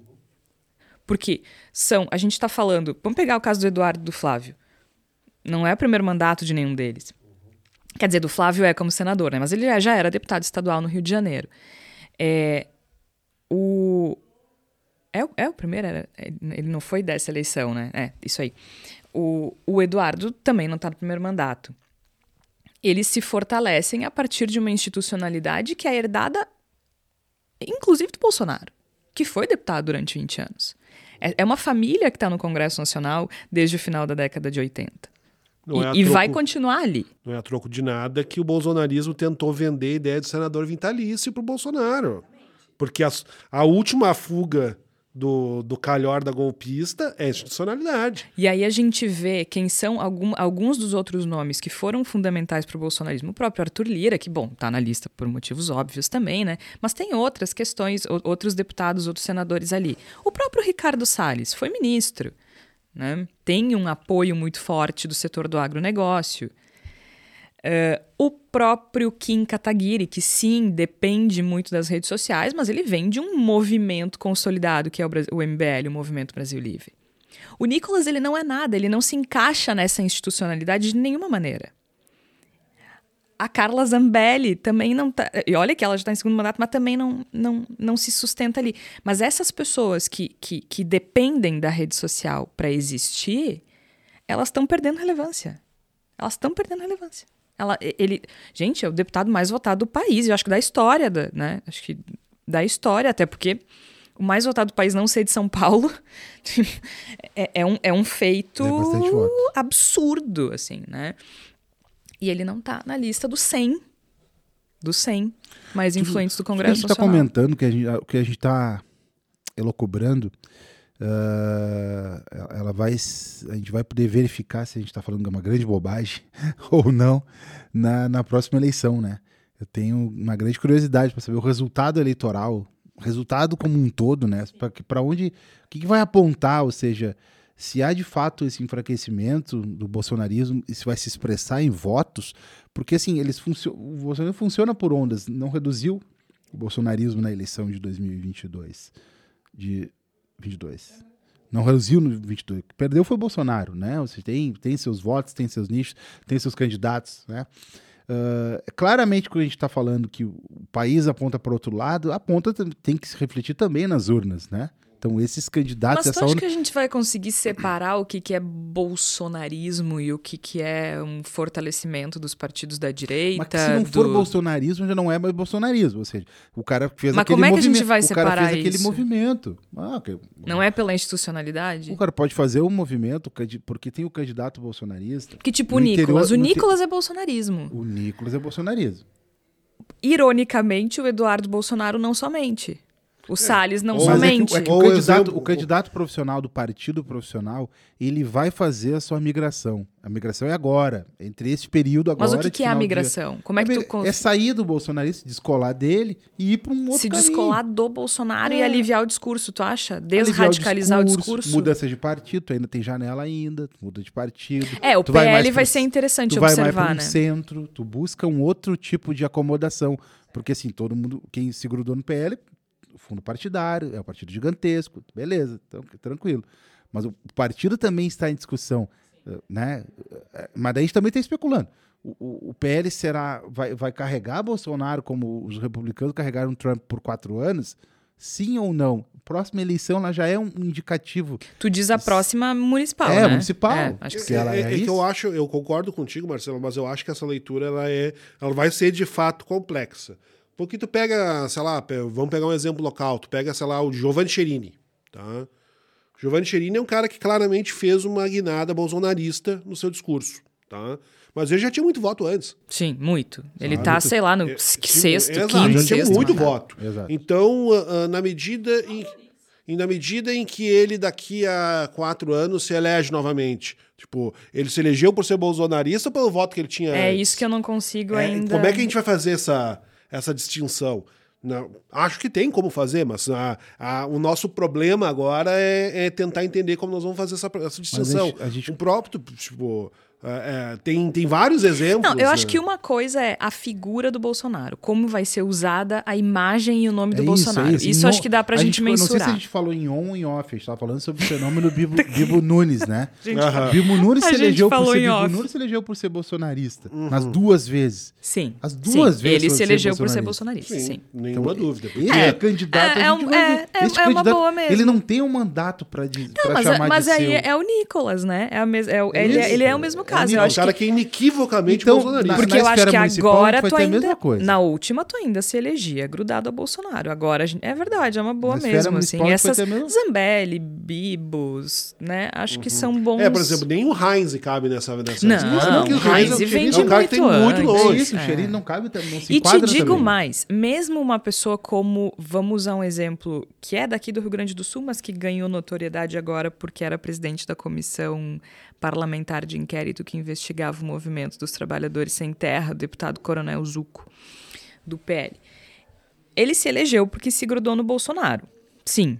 A: Porque são, a gente está falando, vamos pegar o caso do Eduardo e do Flávio. Não é o primeiro mandato de nenhum deles. Quer dizer, do Flávio é como senador, né? Mas ele já era deputado estadual no Rio de Janeiro. É, o... É, é o primeiro, era, ele não foi dessa eleição, né? É, isso aí. O, o Eduardo também não está no primeiro mandato. Eles se fortalecem a partir de uma institucionalidade que é herdada, inclusive do Bolsonaro, que foi deputado durante vinte anos. É, é uma família que está no Congresso Nacional desde o final da década de oitenta.
B: Não
A: e
B: é
A: e
B: troco,
A: vai continuar ali.
B: Não é a troco de nada que o bolsonarismo tentou vender a ideia de senador vitalício para o Bolsonaro. Porque a, a última fuga do, do calhor da golpista é a institucionalidade.
A: E aí a gente vê quem são algum, alguns dos outros nomes que foram fundamentais para o bolsonarismo. O próprio Arthur Lira, que, bom, está na lista por motivos óbvios também, né? Mas tem outras questões, outros deputados, outros senadores ali. O próprio Ricardo Salles foi ministro, né? Tem um apoio muito forte do setor do agronegócio. Uh, o próprio Kim Kataguiri, que sim, depende muito das redes sociais, mas ele vem de um movimento consolidado, que é o, o M B L, o Movimento Brasil Livre. O Nicolas, ele não é nada, ele não se encaixa nessa institucionalidade de nenhuma maneira. A Carla Zambelli também não tá... E olha que ela já está em segundo mandato, mas também não, não, não se sustenta ali. Mas essas pessoas que, que, que dependem da rede social para existir, elas estão perdendo relevância. Elas estão perdendo relevância. Ela, ele, gente, é o deputado mais votado do país, eu acho que da história, da, né? Acho que da história, até porque o mais votado do país não ser de São Paulo é, é, um, é um feito
C: é
A: absurdo, assim, né? E ele não tá na lista dos cem, dos cem mais influentes do Congresso Nacional.
C: A gente está comentando, que a gente, o que a gente está elocubrando, Uh, ela vai, a gente vai poder verificar se a gente está falando de uma grande bobagem ou não na, na próxima eleição, né? Eu tenho uma grande curiosidade para saber o resultado eleitoral, o resultado como um todo, né? Para onde, o que, que vai apontar, ou seja, se há de fato esse enfraquecimento do bolsonarismo, isso vai se expressar em votos, porque assim, eles funcio- o bolsonarismo funciona por ondas, não reduziu o bolsonarismo na eleição de dois mil e vinte e dois, de vinte e dois. Não reduziu no vinte e dois. O que perdeu foi o Bolsonaro, né? Você tem, tem seus votos, tem seus nichos, tem seus candidatos, né? Uh, claramente, quando a gente está falando que o país aponta para o outro lado, aponta tem que se refletir também nas urnas, né? Então, esses candidatos...
A: Mas tu
C: essa
A: acha
C: urna...
A: que a gente vai conseguir separar o que, que é bolsonarismo e o que, que é um fortalecimento dos partidos da direita?
C: Mas que se não
A: do...
C: for bolsonarismo, já não é mais bolsonarismo. Ou seja, o cara fez
A: Mas
C: aquele
A: como é que a
C: movimento.
A: gente vai
C: o cara
A: separar
C: fez aquele
A: isso?
C: movimento. Ah, okay.
A: Não é pela institucionalidade?
C: O cara pode fazer um movimento, porque tem o candidato bolsonarista.
A: Que tipo
C: no
A: o Nicolas.
C: interior,
A: o Nicolas
C: te...
A: é bolsonarismo.
C: O Nicolas é bolsonarismo.
A: Ironicamente, o Eduardo Bolsonaro não somente. O Salles não
B: Ou-
A: somente.
C: É que, é que
B: Ou
C: o, candidato,
B: exemplo-
C: o candidato profissional do partido profissional, ele vai fazer a sua migração. A migração é agora, entre esse período agora.
A: Mas o que,
C: de
A: que é a
C: final de-
A: migração? Como é que tu
C: É
A: cons-
C: sair do bolsonarista, descolar dele e ir para um outro
A: se
C: caminho.
A: descolar do Bolsonaro
C: É.
A: e aliviar o discurso, tu acha?
C: Aliviar
A: Desradicalizar o discurso?
C: Mudança de partido, tu ainda tem janela ainda, tu muda de partido.
A: É, o
C: tu vai
A: P L
C: mais
A: vai
C: pro-
A: ser interessante
C: Tu vai mais
A: observar,
C: para um
A: né?
C: centro, tu busca um outro tipo de acomodação. Porque assim, todo mundo, quem se grudou no P L, fundo partidário, é um partido gigantesco, beleza, então tranquilo. Mas o partido também está em discussão, né? Mas daí a gente também está especulando. O, o, o P L será, vai, vai carregar Bolsonaro como os republicanos carregaram Trump por quatro anos? Sim ou não? Próxima eleição ela já é um indicativo.
A: Tu diz a próxima municipal,
C: É,
A: né?
C: municipal.
A: É, acho que
C: Que
A: sim.
C: ela
B: é,
C: é
B: é que
C: isso?
B: eu acho, eu concordo contigo, Marcelo, mas eu acho que essa leitura ela é, ela vai ser de fato complexa. Porque tu pega, sei lá, pe- vamos pegar um exemplo local, tu pega, sei lá, o Giovanni Cherini, tá? O Giovanni Cherini é um cara que claramente fez uma guinada bolsonarista no seu discurso, tá? Mas ele já tinha muito voto antes.
A: Sim, muito. Ele
B: Sabe?
A: tá, sei lá, no
B: É,
A: sexto,
B: exato,
A: quinto,
B: já tinha
A: sexto.
B: muito
A: mandato.
B: voto.
C: Exato.
B: Então, ah, ah, na medida em, e na medida em que ele daqui a quatro anos se elege novamente, tipo, ele se elegeu por ser bolsonarista ou pelo voto que ele tinha
A: É
B: antes?
A: isso que eu não consigo
B: É,
A: ainda.
B: Como é que a gente vai fazer essa, essa distinção? Não, acho que tem como fazer, mas a, a, o nosso problema agora é, é tentar entender como nós vamos fazer essa, essa distinção.
C: a gente-
B: O próprio, tipo, é, é, tem, tem vários exemplos.
A: Não, eu acho
B: né?
A: que uma coisa é a figura do Bolsonaro, como vai ser usada a imagem e o nome do
C: É
A: Bolsonaro. Isso,
C: Em
A: acho
C: on-
A: que dá pra
C: a
A: gente,
C: foi- Não sei se
A: mensurar.
C: a gente falou em on ou em off, a gente tava falando sobre o fenômeno Bibo, Bibo Nunes, né?
B: Aham.
C: Bibo Nunes
A: A
C: se
A: gente
C: elegeu por
A: falou
C: ser
A: em
C: Bibo
A: off.
C: Nunes se elegeu por ser bolsonarista.
B: Uhum.
C: Nas duas vezes.
A: Sim.
C: As duas
A: sim.
C: vezes
A: Ele
C: por
A: se
C: ser
A: elegeu por ser
C: bolsonarista.
A: bolsonarista, sim.
B: Nenhuma dúvida. porque-
C: Ele
A: É.
C: é, candidato,
A: É,
C: a
A: é
C: gente
A: um-
C: vai ver.
A: é- é-
C: Esse
A: é uma
C: candidato,
A: boa mesmo.
C: ele não tem um mandato pra, de, pra
A: Não, mas,
C: chamar
A: mas
C: de
A: aí
C: seu.
A: é, é o Nicolas, né? É, a mes é, o, ele, é,
C: Isso.
A: ele é o mesmo
C: É o
A: caso. eu
C: Nicolas,
B: É um
A: acho
B: cara
A: que
B: que é inequivocamente
C: Então,
B: bolsonarista.
C: na-
A: Porque
C: na
A: eu acho
C: esfera
A: que
C: municipal,
A: agora
C: vai
A: tu
C: ter a
A: ainda.
C: mesma coisa.
A: Na última, tu ainda se elegia grudado a Bolsonaro. Agora, a gente- é verdade, é uma boa
C: Na esfera
A: mesmo. Assim.
C: municipal, vai
A: Essas
C: ter a mesma-
A: Zambelli, Bibos, né? Acho que são bons.
B: É, por exemplo, nem o Heinz cabe nessa. nessa
A: Não,
B: discussão, porque
A: o Heinz
B: é um-
A: vem
B: é
A: de
B: um cara que tem
A: muito
B: muito
A: antes.
C: É
B: longe.
C: isso, o
A: É.
C: xerife não cabe, tam- não se
A: E te
C: enquadra
A: digo
C: também.
A: mais, mesmo uma pessoa como, vamos usar um exemplo, que é daqui do Rio Grande do Sul, mas que ganhou notoriedade agora porque era presidente da comissão parlamentar de inquérito que investigava o movimento dos trabalhadores sem terra, o deputado Coronel Zucco, do P L. Ele se elegeu porque se grudou no Bolsonaro, sim.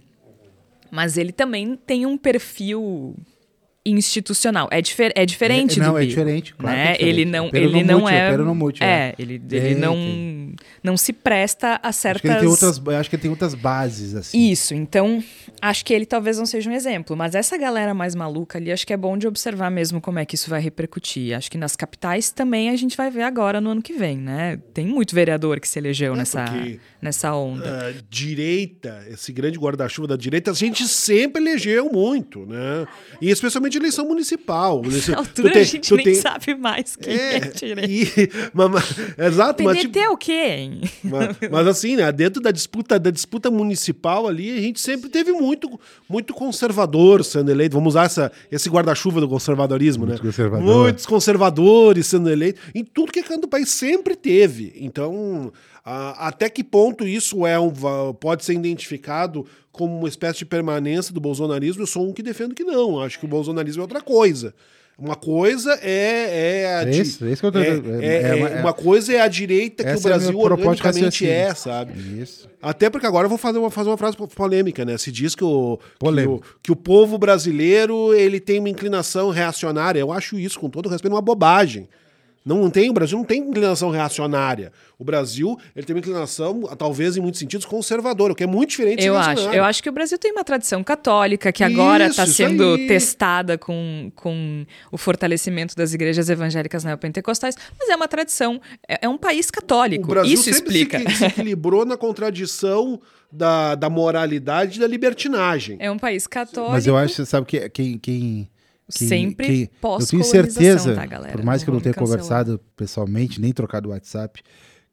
A: Mas ele também tem um perfil institucional. É, difer é diferente
C: É- não,
A: do
C: é
A: Bibo,
C: diferente, claro que
A: né?
C: é diferente.
A: Ele não,
C: Pero
A: ele
C: no
A: não
C: mútil,
A: é...
C: pero no mútil,
A: é,
C: é.
A: ele, ele
C: Tem,
A: não,
C: tem.
A: não se presta a
C: Acho
A: certas...
C: que, ele tem outras, eu acho que ele tem outras bases, assim.
A: Isso, então acho que ele talvez não seja um exemplo, mas essa galera mais maluca ali, acho que é bom de observar mesmo como é que isso vai repercutir. Acho que nas capitais também a gente vai ver agora no ano que vem, né? Tem muito vereador que se elegeu
B: É,
A: nessa,
B: porque-
A: nessa onda.
B: Ah, direita, esse grande guarda-chuva da direita, a gente sempre elegeu muito, né? E especialmente eleição municipal. Eleição-
A: Na altura
B: tu tem-
A: a gente
B: tu
A: nem
B: tem-
A: sabe mais quem é,
B: É,
A: direita.
B: e, mas, mas- exato, mas,
A: P D T
B: tipo,
A: é o quê, hein?
B: mas, mas assim, né, dentro da disputa, da disputa municipal ali, a gente sempre teve muito, muito conservador sendo eleito. Vamos usar essa, esse guarda-chuva do conservadorismo,
C: Muito
B: né?
C: conservador.
B: Muitos conservadores sendo eleitos. Em tudo que é canto do país sempre teve. Então, a- até que ponto isso é um, va- pode ser identificado como uma espécie de permanência do bolsonarismo? Eu sou um que defendo que não. Acho que o bolsonarismo é outra coisa. Uma coisa é, é, a
C: É
B: di-
C: isso, é isso que eu tô-
B: é-
C: é-
B: é-
C: é uma-
B: é- uma coisa é a direita que o
C: Essa é a
B: Brasil
C: minha proposta de
B: organicamente
C: raciocínio.
B: é, sabe?
C: Isso.
B: Até porque agora eu vou fazer uma, fazer uma frase polêmica, né? Se diz que o, que o,
C: Polêmico.
B: que o povo brasileiro ele tem uma inclinação reacionária. Eu acho isso, com todo respeito, uma bobagem. Não tem, o Brasil não tem inclinação reacionária. O Brasil ele tem uma inclinação, talvez em muitos sentidos, conservadora, o que é muito diferente de
A: Eu acho,
B: reacionário.
A: eu acho que o Brasil tem uma tradição católica que agora
B: Isso,
A: está
B: isso
A: sendo
B: aí.
A: testada com, com o fortalecimento das igrejas evangélicas neopentecostais, mas é uma tradição, é, é um país
B: O
A: católico.
B: Brasil
A: Isso
B: sempre se
A: explica.
B: equi- se equilibrou na contradição da, da moralidade e da libertinagem.
A: É um país católico.
C: Mas eu acho, sabe, que quem... quem... quem-
A: Sempre
C: quem- Eu tenho
A: pós-colonização,
C: certeza,
A: tá, galera?
C: por mais
A: Não
C: que eu não
A: vamos
C: tenha
A: me cancelar.
C: conversado pessoalmente, nem trocado WhatsApp,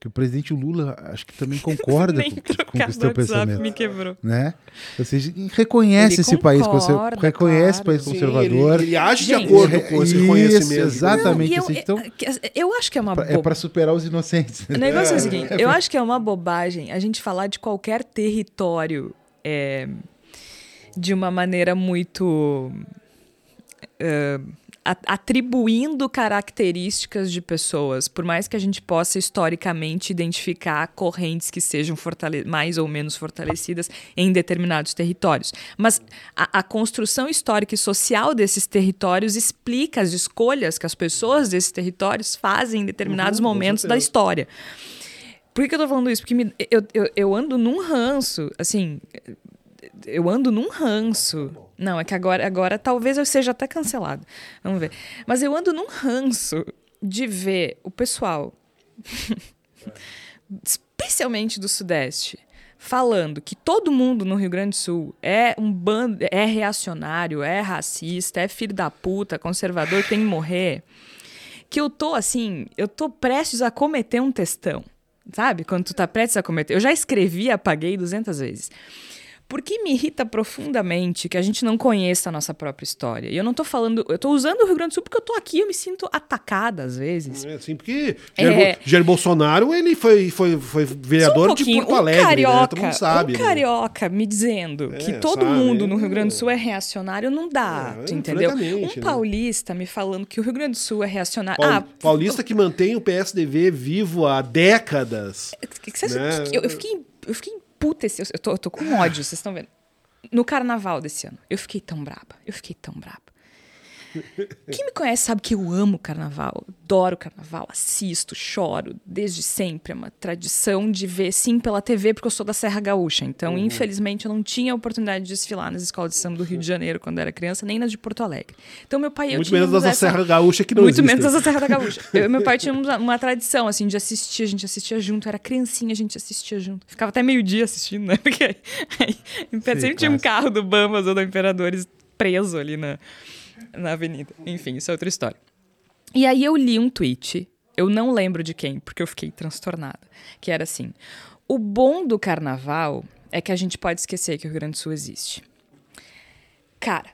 C: que o presidente Lula acho que também concorda
A: Nem
C: com, com
A: trocar
C: esse teu
A: do WhatsApp
C: pensamento.
A: me quebrou.
C: Né? Ou seja, reconhece
A: Ele
C: esse país,
A: concorda,
C: reconhece o
A: claro.
C: país
B: Sim,
C: conservador.
B: ele, ele age
A: Gente,
B: de acordo com esse
C: Isso,
B: reconhecimento.
C: exatamente.
A: Não, e eu,
C: assim, então,
A: eu, eu acho que é uma
C: é
A: boba.
C: para superar os inocentes.
A: O negócio é,
B: É,
A: o seguinte,
C: é
A: eu
C: pra-
A: acho que é uma bobagem a gente falar de qualquer território é, de uma maneira muito... é, a- atribuindo características de pessoas, por mais que a gente possa historicamente identificar correntes que sejam fortale- mais ou menos fortalecidas em determinados territórios. Mas a, a construção histórica e social desses territórios explica as escolhas que as pessoas desses territórios fazem em determinados
B: Uhum, com
A: momentos da
B: certeza.
A: história. Por que eu tô falando isso? Porque me- eu, eu, eu ando num ranço, assim... Eu ando num ranço. Não, é que agora, agora talvez eu seja até cancelado. Vamos ver. Mas eu ando num ranço de ver o pessoal, especialmente do Sudeste, falando que todo mundo no Rio Grande do Sul é um bando, é reacionário, é racista, é filho da puta, conservador, tem que morrer. Que eu tô assim, eu tô prestes a cometer um textão. Sabe? Quando tu tá prestes a cometer. Eu já escrevi e apaguei duzentas vezes. Porque me irrita profundamente que a gente não conheça a nossa própria história. E eu não tô falando... Eu tô usando o Rio Grande do Sul porque eu tô aqui e eu me sinto atacada às vezes.
B: É assim, porque
A: É.
B: Jair, Bo- Jair Bolsonaro, ele foi, foi, foi vereador
A: Só um
B: de
A: pouquinho,
B: Porto Alegre,
A: um carioca,
B: né? Todo mundo sabe.
A: um
B: né?
A: carioca me dizendo
B: É,
A: que todo
B: sabe,
A: mundo no
B: é.
A: Rio Grande do Sul é reacionário, não dá,
B: É,
A: tu entendeu? Um
B: francamente, né?
A: paulista me falando que o Rio Grande do Sul é reacionário...
B: Paul-
A: Ah,
B: Paulista que mantém o P S D V vivo há décadas.
A: que que vocês-
B: né?
A: eu, eu fiquei, eu fiquei puta esse... Eu tô, eu tô com ódio, vocês estão vendo. No carnaval desse ano, eu fiquei tão braba. Eu fiquei tão braba. Quem me conhece sabe que eu amo carnaval, adoro carnaval, assisto, choro, desde sempre. É uma tradição de ver, sim, pela T V, porque eu sou da Serra Gaúcha. Então,
B: Uhum.
A: infelizmente, eu não tinha a oportunidade de desfilar nas escolas de samba do Rio de Janeiro quando era criança, nem nas de Porto Alegre. Então, meu pai e eu
B: Muito
A: tínhamos
B: menos das da
A: essa...
B: Serra Gaúcha que não
A: Muito
B: existem.
A: menos das da Serra da Gaúcha. Eu e meu pai tínhamos uma, uma tradição, assim, de assistir, a gente assistia junto. Era criancinha, a gente assistia junto. Ficava até meio-dia assistindo, né? Porque aí, aí, sempre tinha um
C: clássico.
A: carro do Bambas ou do Imperadores preso ali na, na avenida. Enfim, isso é outra história. E aí eu li um tweet, eu não lembro de quem, porque eu fiquei transtornada, que era assim: o bom do carnaval é que a gente pode esquecer que o Rio Grande do Sul existe. Cara,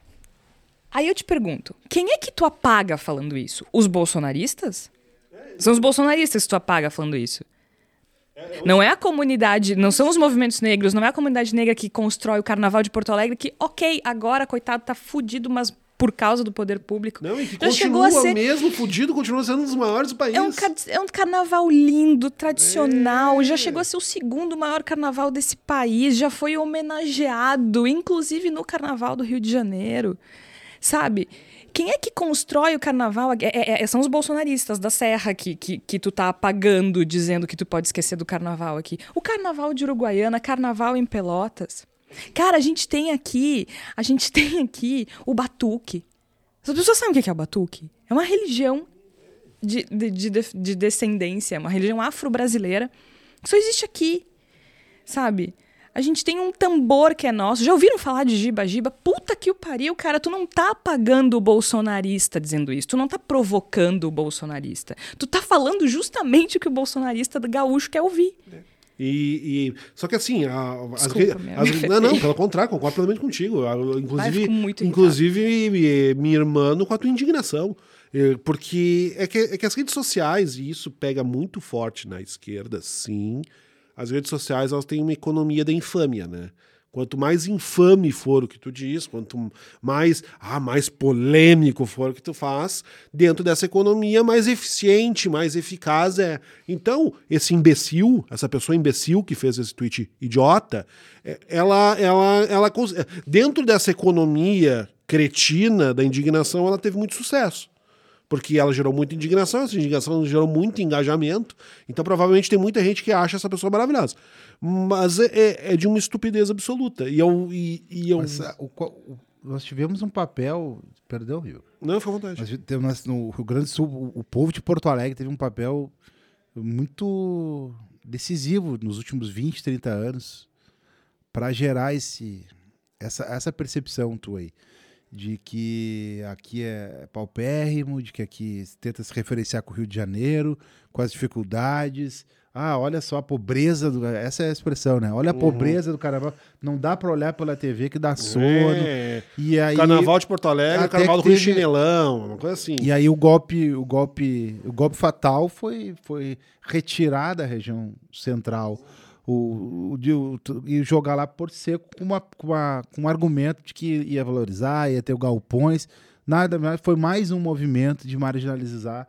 A: aí eu te pergunto, quem é que tu apaga falando isso? Os bolsonaristas? São os bolsonaristas que tu apaga falando isso. Não é a comunidade, não são os movimentos negros, não é a comunidade negra que constrói o carnaval de Porto Alegre que, ok, agora, coitado, tá fudido, mas por causa do poder público.
B: Não, e que
A: Já chegou
B: continua
A: a ser...
B: mesmo fudido, continua sendo um dos maiores do país.
A: É um, ca- é um carnaval lindo, tradicional, já chegou a ser o segundo maior carnaval desse país, já foi homenageado, inclusive no carnaval do Rio de Janeiro, sabe? Quem é que constrói o carnaval? É, é, é, são os bolsonaristas da Serra que, que, que tu tá apagando, dizendo que tu pode esquecer do carnaval aqui. O carnaval de Uruguaiana, carnaval em Pelotas. Cara, a gente tem aqui, a gente tem aqui o batuque. As pessoas sabem o que é o batuque? É uma religião de, de, de, de descendência, uma religião afro-brasileira que só existe aqui, sabe? A gente tem um tambor que é nosso. Já ouviram falar de giba-giba? Puta que o pariu, cara. Tu não tá apagando o bolsonarista dizendo isso. Tu não tá provocando o bolsonarista. Tu tá falando justamente o que o bolsonarista gaúcho quer ouvir.
B: E, e- só que assim, a- as,
A: Desculpa,
B: re-
A: me
B: as-
A: afetei.
B: não, não, pelo contrário, concordo plenamente contigo. A- Inclusive,
A: fico muito irritada.
B: inclusive me irmando com a tua indignação. Eh, Porque é que, é que as redes sociais, e isso pega muito forte na esquerda, sim. As redes sociais, elas têm uma economia da infâmia, né? Quanto mais infame for o que tu diz, quanto mais, ah, mais polêmico for o que tu faz, dentro dessa economia, mais eficiente, mais eficaz é. Então, esse imbecil, essa pessoa imbecil que fez esse tweet idiota, é, ela, ela, ela, cons- dentro dessa economia cretina da indignação, ela teve muito sucesso. Porque ela gerou muita indignação, essa indignação gerou muito engajamento, então provavelmente tem muita gente que acha essa pessoa maravilhosa. Mas é, é- é de uma estupidez absoluta. E eu. E, e eu...
C: Mas, ah, o qual- o- nós tivemos um papel. Perdão, Rio.
B: Não, fica à vontade.
C: Nós temos, no Rio Grande do Sul, o, o povo de Porto Alegre teve um papel muito decisivo nos últimos vinte, trinta anos para gerar esse, essa, essa percepção tua aí. de que aqui é paupérrimo, de que aqui tenta se referenciar com o Rio de Janeiro, com as dificuldades. Ah, olha só a pobreza, do... essa é a expressão, né? Olha a
B: Uhum.
C: pobreza do carnaval. Não dá pra olhar pela T V que dá sono.
B: É.
C: E aí,
B: Carnaval de Porto Alegre,
C: até
B: Carnaval do
C: que
B: Rio
C: teve-
B: Chinelão, uma coisa assim.
C: e aí o golpe, o golpe, o golpe fatal foi, foi retirar da região central o, o, de- o- e jogar lá por seco com, uma, com, uma, com um argumento de que ia valorizar, ia ter galpões. Nada mais, foi mais um movimento de marginalizar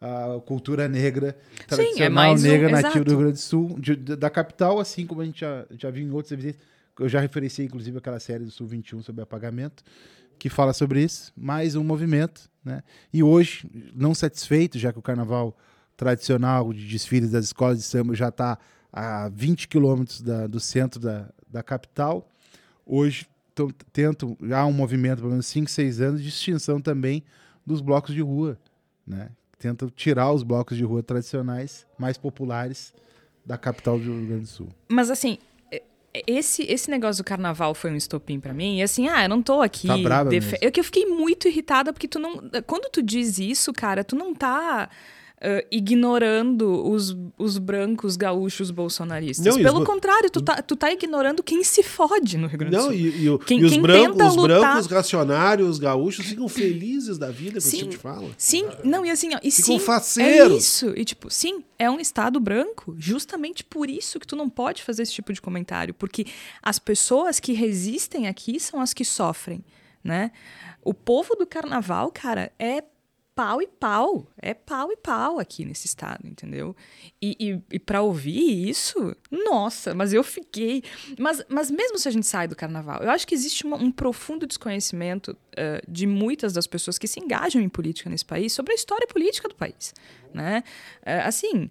C: a cultura negra tradicional
A: é mais um-
C: negra nativa
A: exato.
C: do Rio Grande do Sul, de- da capital, assim como a gente já, já viu em outras evidências. Eu já referenciei, inclusive, aquela série do Sul vinte e um sobre apagamento, que fala sobre isso. Mais um movimento, né? E hoje, não satisfeito, já que o carnaval tradicional de desfiles das escolas de samba já está a vinte quilômetros da, do centro da, da capital, hoje tão, tentam, já há um movimento, pelo menos cinco, seis anos, de extinção também dos blocos de rua, né? Tentam tirar os blocos de rua tradicionais, mais populares, da capital do Rio Grande do Sul.
A: Mas assim, é- esse, esse negócio do carnaval foi um estopim pra mim. E assim, ah, eu não tô aqui...
C: Tá brava
A: defe-
C: mesmo.
A: É que eu fiquei muito irritada, porque tu não... Quando tu diz isso, cara, tu não tá... ah, ignorando os, os brancos gaúchos bolsonaristas.
B: Não, e os
A: Pelo
B: bo-
A: contrário, tu tá, tu tá ignorando quem se fode no Rio Grande do
B: Não,
A: Sul.
B: e, e o-
A: Quem-
B: e os,
A: quem
B: brancos,
A: tenta
B: os
A: lutar-
B: brancos racionários gaúchos ficam felizes da vida com esse
A: Sim.
B: tipo de fala.
A: Sim, não, e assim, ó, e
B: Ficam
A: sim, é
B: faceiros.
A: isso. E tipo, sim, é um estado branco, justamente por isso que tu não pode fazer esse tipo de comentário, porque as pessoas que resistem aqui são as que sofrem, né? O povo do carnaval, cara, é pau e pau, é pau e pau aqui nesse estado, entendeu? E, e, e para ouvir isso, nossa, mas eu fiquei... Mas, mas mesmo se a gente sai do carnaval, eu acho que existe uma- um profundo desconhecimento eh, de muitas das pessoas que se engajam em política nesse país sobre a história política do país, né? Eh, assim...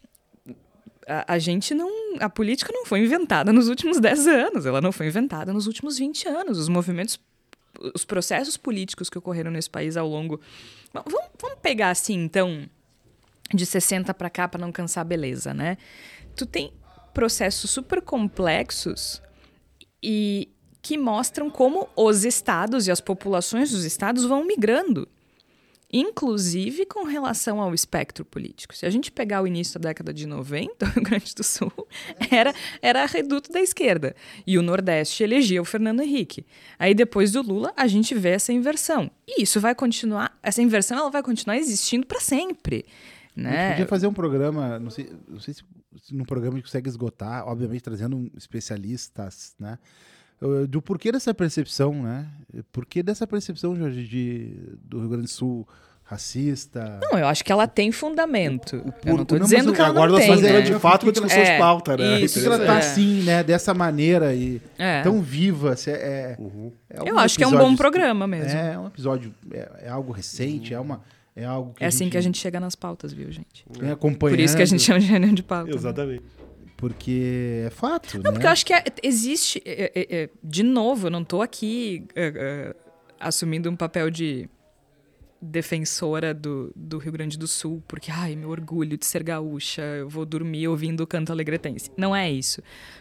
A: A, a gente não... A política não foi inventada nos últimos dez anos, ela não foi inventada nos últimos vinte anos. Os movimentos, os processos políticos que ocorreram nesse país ao longo... Vamos, vamos pegar assim, então, de sessenta para cá, para não cansar a beleza, né? Tu tem processos super complexos e que mostram como os estados e as populações dos estados vão migrando. Inclusive com relação ao espectro político. Se a gente pegar o início da década de noventa, o Rio Grande do Sul era, era reduto da esquerda. E o Nordeste elegia o Fernando Henrique. Aí depois do Lula, a gente vê essa inversão. E isso vai continuar, essa inversão ela vai continuar existindo para sempre.
C: A gente
A: Né?
C: podia fazer um programa, não sei, não sei se, se num programa a gente consegue esgotar, obviamente trazendo um especialistas, né? Uh, Do porquê dessa percepção, né? Por que dessa percepção, Jorge, de, do Rio Grande do Sul racista?
A: Não, eu acho que ela tem fundamento.
C: o-
A: eu não tô
C: não, mas
A: dizendo
C: o-
A: que ela
B: Agora
A: não
B: nós
A: tem,
B: fazemos
A: né?
B: de fato uma discussão
A: É,
B: de pauta, né?
A: isso,
C: Por que ela tá
A: É.
C: assim, né? Dessa maneira e
A: É.
C: tão viva? Se é, é
B: Uhum.
C: algum
A: Eu acho que é um bom
C: episódio-
A: programa mesmo. É,
C: É um episódio, é, é algo recente, é, uma, é algo que
A: assim que a gente chega nas pautas, viu, gente?
C: vem acompanhando.
A: Por isso que a gente chama de reunião de pauta. né?
B: Exatamente.
C: Porque é fato,
A: Não,
C: né?
A: porque eu acho que é- existe. é- é- é- de novo, eu não tô aqui é, é, assumindo um papel de defensora do, do Rio Grande do Sul, porque, ai, meu orgulho de ser gaúcha, eu vou dormir ouvindo o canto alegretense. Não é isso.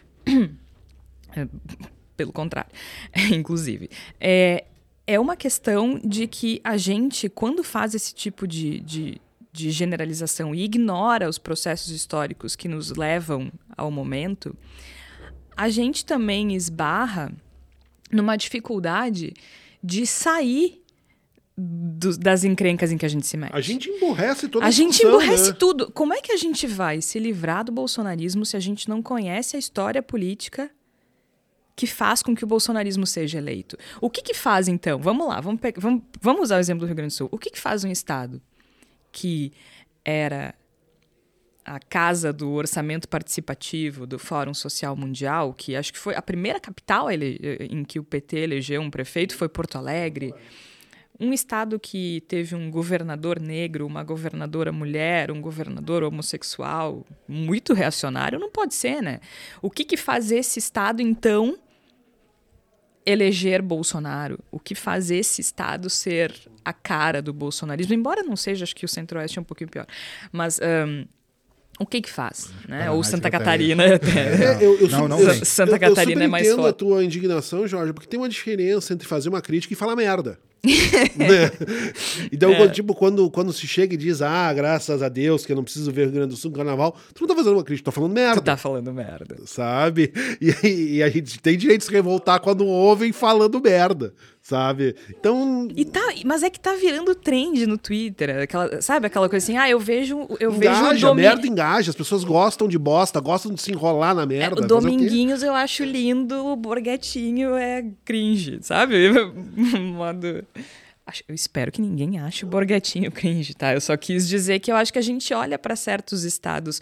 A: É, pelo contrário. Inclusive. É, é uma questão de que a gente, quando faz esse tipo de, de, de generalização e ignora os processos históricos que nos levam ao momento, a gente também esbarra numa dificuldade de sair do- das encrencas em que a gente se mete.
B: A gente emborrece toda a
A: A gente
B: discussão,
A: emborrece
B: né?
A: tudo. Como é que a gente vai se livrar do bolsonarismo se a gente não conhece a história política que faz com que o bolsonarismo seja eleito? O que que faz, então? Vamos lá, vamos, pe- vamos, vamos usar o exemplo do Rio Grande do Sul. O que que faz um Estado que era a casa do orçamento participativo do Fórum Social Mundial, que acho que foi a primeira capital ele- em que o P T elegeu um prefeito, foi Porto Alegre. Um estado que teve um governador negro, uma governadora mulher, um governador homossexual, muito reacionário, não pode ser, né? O que que faz esse estado, então, eleger Bolsonaro? O que faz esse estado ser a cara do bolsonarismo? Embora não seja, acho que o Centro-Oeste é um pouquinho pior. Mas... ahn, O que que faz, né?
C: Paraná
A: Ou
C: de
A: Santa
C: Catarina.
A: Catarina.
B: É, eu, eu,
C: Não,
B: su-
C: não
B: eu-
C: tem.
A: Santa
B: eu-
A: Catarina
B: eu super
A: é mais
B: entendo
A: foda.
B: a tua indignação, Jorge, porque tem uma diferença entre fazer uma crítica e falar merda. Né? Então,
A: É.
B: quando, tipo, quando, quando se chega e diz, ah, graças a Deus que eu não preciso ver o Rio Grande do Sul no carnaval, tu não tá fazendo uma crítica, tu tá falando merda.
A: Tu tá falando merda.
B: Sabe? E, e a gente tem direito de se revoltar quando ouvem falando merda, sabe? Então,
A: E tá, mas é que tá virando trend no Twitter, aquela, sabe aquela coisa assim, ah, eu vejo, eu vejo o
B: engaja,
A: Domi...
B: merda engaja, as pessoas gostam de bosta, gostam de se enrolar na
A: É,
B: merda.
A: o
B: fazer quê?
A: Dominguinhos eu acho lindo, o Borghetinho é cringe, sabe? Modo... Acho- Eu espero que ninguém ache o Borghetinho cringe, tá? Eu só quis dizer que eu acho que a gente olha pra certos estados,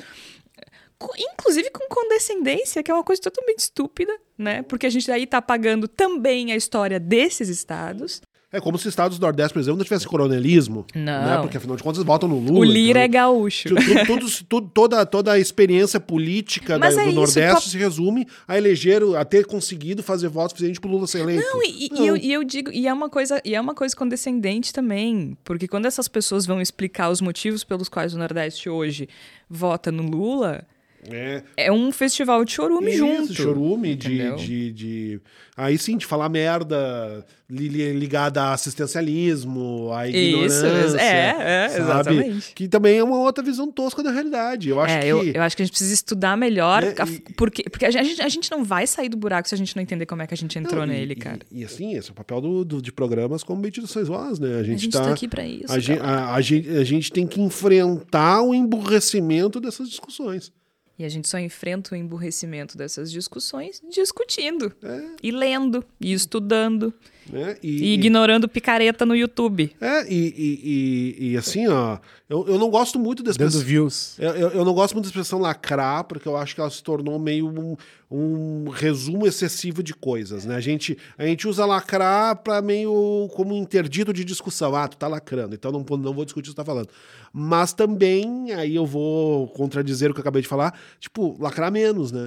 A: co- inclusive com condescendência, que é uma coisa totalmente estúpida, né? Porque a gente daí tá apagando também a história desses estados.
B: É como se os estados do Nordeste, por exemplo, não tivesse coronelismo.
A: Não.
B: Né? Porque, afinal de contas, eles votam no Lula.
A: O Lira é
B: então,
A: gaúcho.
B: tu- tu- tudo- tudo- toda, toda a experiência política da-
A: Mas
B: do
A: é isso,
B: Nordeste
A: pro-
B: se resume a eleger, a ter conseguido fazer votos suficientes pro Lula ser eleito.
A: Não, e, e
B: Não.
A: eu, e eu digo, e é uma coisa, e é uma coisa condescendente também, porque quando essas pessoas vão explicar os motivos pelos quais o Nordeste hoje vota no Lula,
B: É.
A: é um festival de chorume
B: Isso,
A: junto.
B: chorume de,
A: entendeu?
B: de, de. Aí sim, de falar merda li- li- ligada a assistencialismo, a ignorância.
A: Isso, é, é,
B: sabe?
A: exatamente.
B: Que também é uma outra visão tosca da realidade. Eu acho
A: É,
B: que.
A: eu, eu acho que a gente precisa estudar melhor,
B: Né,
A: a-
B: e-
A: porque, porque a, gente, a gente não vai sair do buraco se a gente não entender como é que a gente entrou
B: Não, e-
A: nele,
B: e-
A: cara.
B: E, assim, esse é o papel do, do- de programas como Meditações Voz, né? A
A: A
B: gente,
A: gente
B: tá,
A: tá aqui pra isso.
B: a, gen-
A: cara.
B: a, a gente, a gente tem que enfrentar o emburrecimento dessas discussões.
A: E a gente só enfrenta o emburrecimento dessas discussões discutindo,
B: É.
A: e lendo, e estudando,
B: Né?
A: e ignorando picareta no YouTube.
B: É, e, e, e, e assim, ó, eu, eu não gosto muito da
C: Dando
B: expressão.
C: views.
B: Eu, eu, eu não gosto muito da expressão lacrar, porque eu acho que ela se tornou meio um, um resumo excessivo de coisas, né? A gente, a gente usa lacrar para meio como um interdito de discussão. Ah, tu tá lacrando, então não, não vou discutir o que tu tá falando. Mas também, aí eu vou contradizer o que eu acabei de falar, tipo, lacrar menos, né?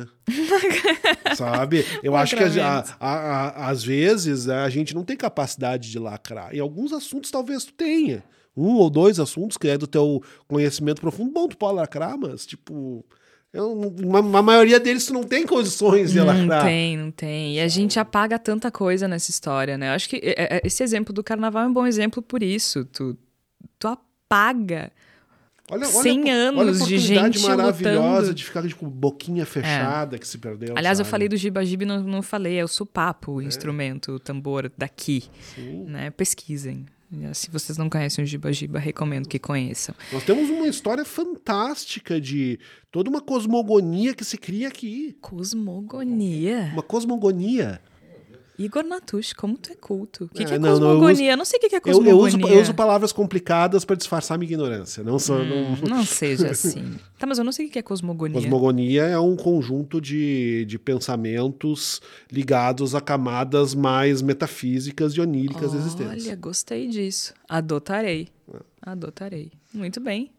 B: Sabe? Eu acho que a, a, a, às vezes a gente não tem capacidade de lacrar. Em alguns assuntos talvez tu tenha. Um ou dois assuntos que é do teu conhecimento profundo. Bom, tu pode lacrar, mas tipo... Eu, uma, uma maioria deles tu não tem condições de
A: Não
B: lacrar.
A: tem, não tem. E a gente apaga tanta coisa nessa história, né? Eu acho que é, é, esse exemplo do carnaval é um bom exemplo por isso. Tu, tu apaga
B: Olha,
A: cem
B: olha,
A: anos
B: olha a
A: de
B: oportunidade
A: gente
B: maravilhosa
A: lutando.
B: de ficar com boquinha fechada que se perdeu.
A: Aliás, eu
B: sabe?
A: falei do Giba-Giba e não, não falei. É o sopapo, o instrumento, o tambor daqui.
B: Sim.
A: Né? Pesquisem. Se vocês não conhecem o Giba-Giba, recomendo que conheçam.
B: Nós temos uma história fantástica de toda uma cosmogonia que se cria aqui.
A: Cosmogonia.
B: Uma cosmogonia.
A: Igor Natush, como tu é culto. O que,
B: É,
A: que é
B: não, não, eu
A: cosmogonia? Eu não sei o que que é
B: Eu, eu,
A: cosmogonia.
B: uso, eu uso palavras complicadas para disfarçar minha ignorância. Não sou.
A: Hum,
B: não-
A: não seja assim. Tá, mas eu não sei o que é cosmogonia.
B: Cosmogonia é um conjunto de, de pensamentos ligados a camadas mais metafísicas e oníricas da existência.
A: Olha, gostei disso. Adotarei. Adotarei. Muito bem.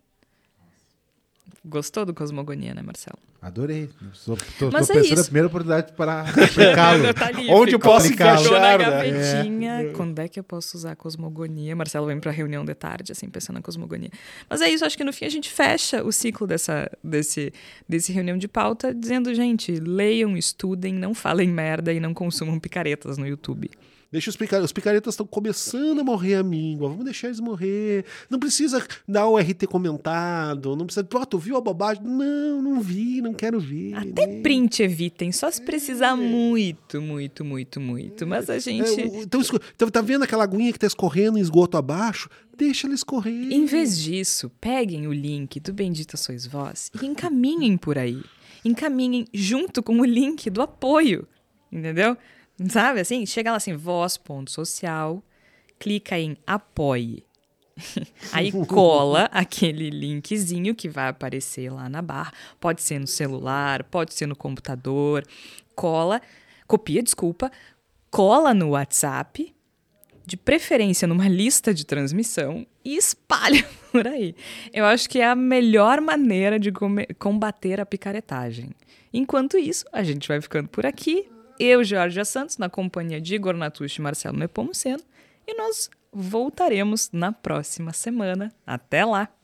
A: Gostou do cosmogonia, né, Marcelo?
C: Adorei. Estou tô,
A: Mas
C: tô
A: é
C: pensando
A: isso.
C: a primeira oportunidade para aplicá-lo.
A: Tá ali,
B: Onde eu
A: ficou-
B: posso
C: aplicá-lo.
A: ficou na
B: encaixar, né?
A: gavetinha. Quando é que eu posso usar cosmogonia? Marcelo vem pra reunião de tarde, assim, pensando na cosmogonia. Mas é isso, acho que no fim a gente fecha o ciclo dessa, desse, desse reunião de pauta dizendo, gente, leiam, estudem, não falem merda e não consumam picaretas no YouTube.
B: Deixa os, picar... os picaretas estão começando a morrer a míngua. Vamos deixar eles morrer. Não precisa dar o R T comentado. Não precisa. Pô, tu viu a bobagem? Não, não vi, não quero ver.
A: Até
B: né?
A: print evitem, só se precisar muito, muito, muito, muito. Mas a
B: É,
A: gente...
B: o- então, esco- então, tá vendo aquela aguinha que tá escorrendo em esgoto abaixo? Deixa ela escorrer.
A: Em vez disso, peguem o link do Bendita Sois Vós e encaminhem por aí. Encaminhem junto com o link do apoio, entendeu? Sabe assim? Chega lá assim, voz.social, clica em apoie. Aí cola aquele linkzinho que vai aparecer lá na barra. Pode ser no celular, pode ser no computador. Cola, copia, desculpa, cola no WhatsApp, de preferência numa lista de transmissão, e espalha por aí. Eu acho que é a melhor maneira de come- combater a picaretagem. Enquanto isso, a gente vai ficando por aqui. Eu, Jorge Santos, na companhia de Igor Natush e Marcelo Nepomuceno, e nós voltaremos na próxima semana. Até lá!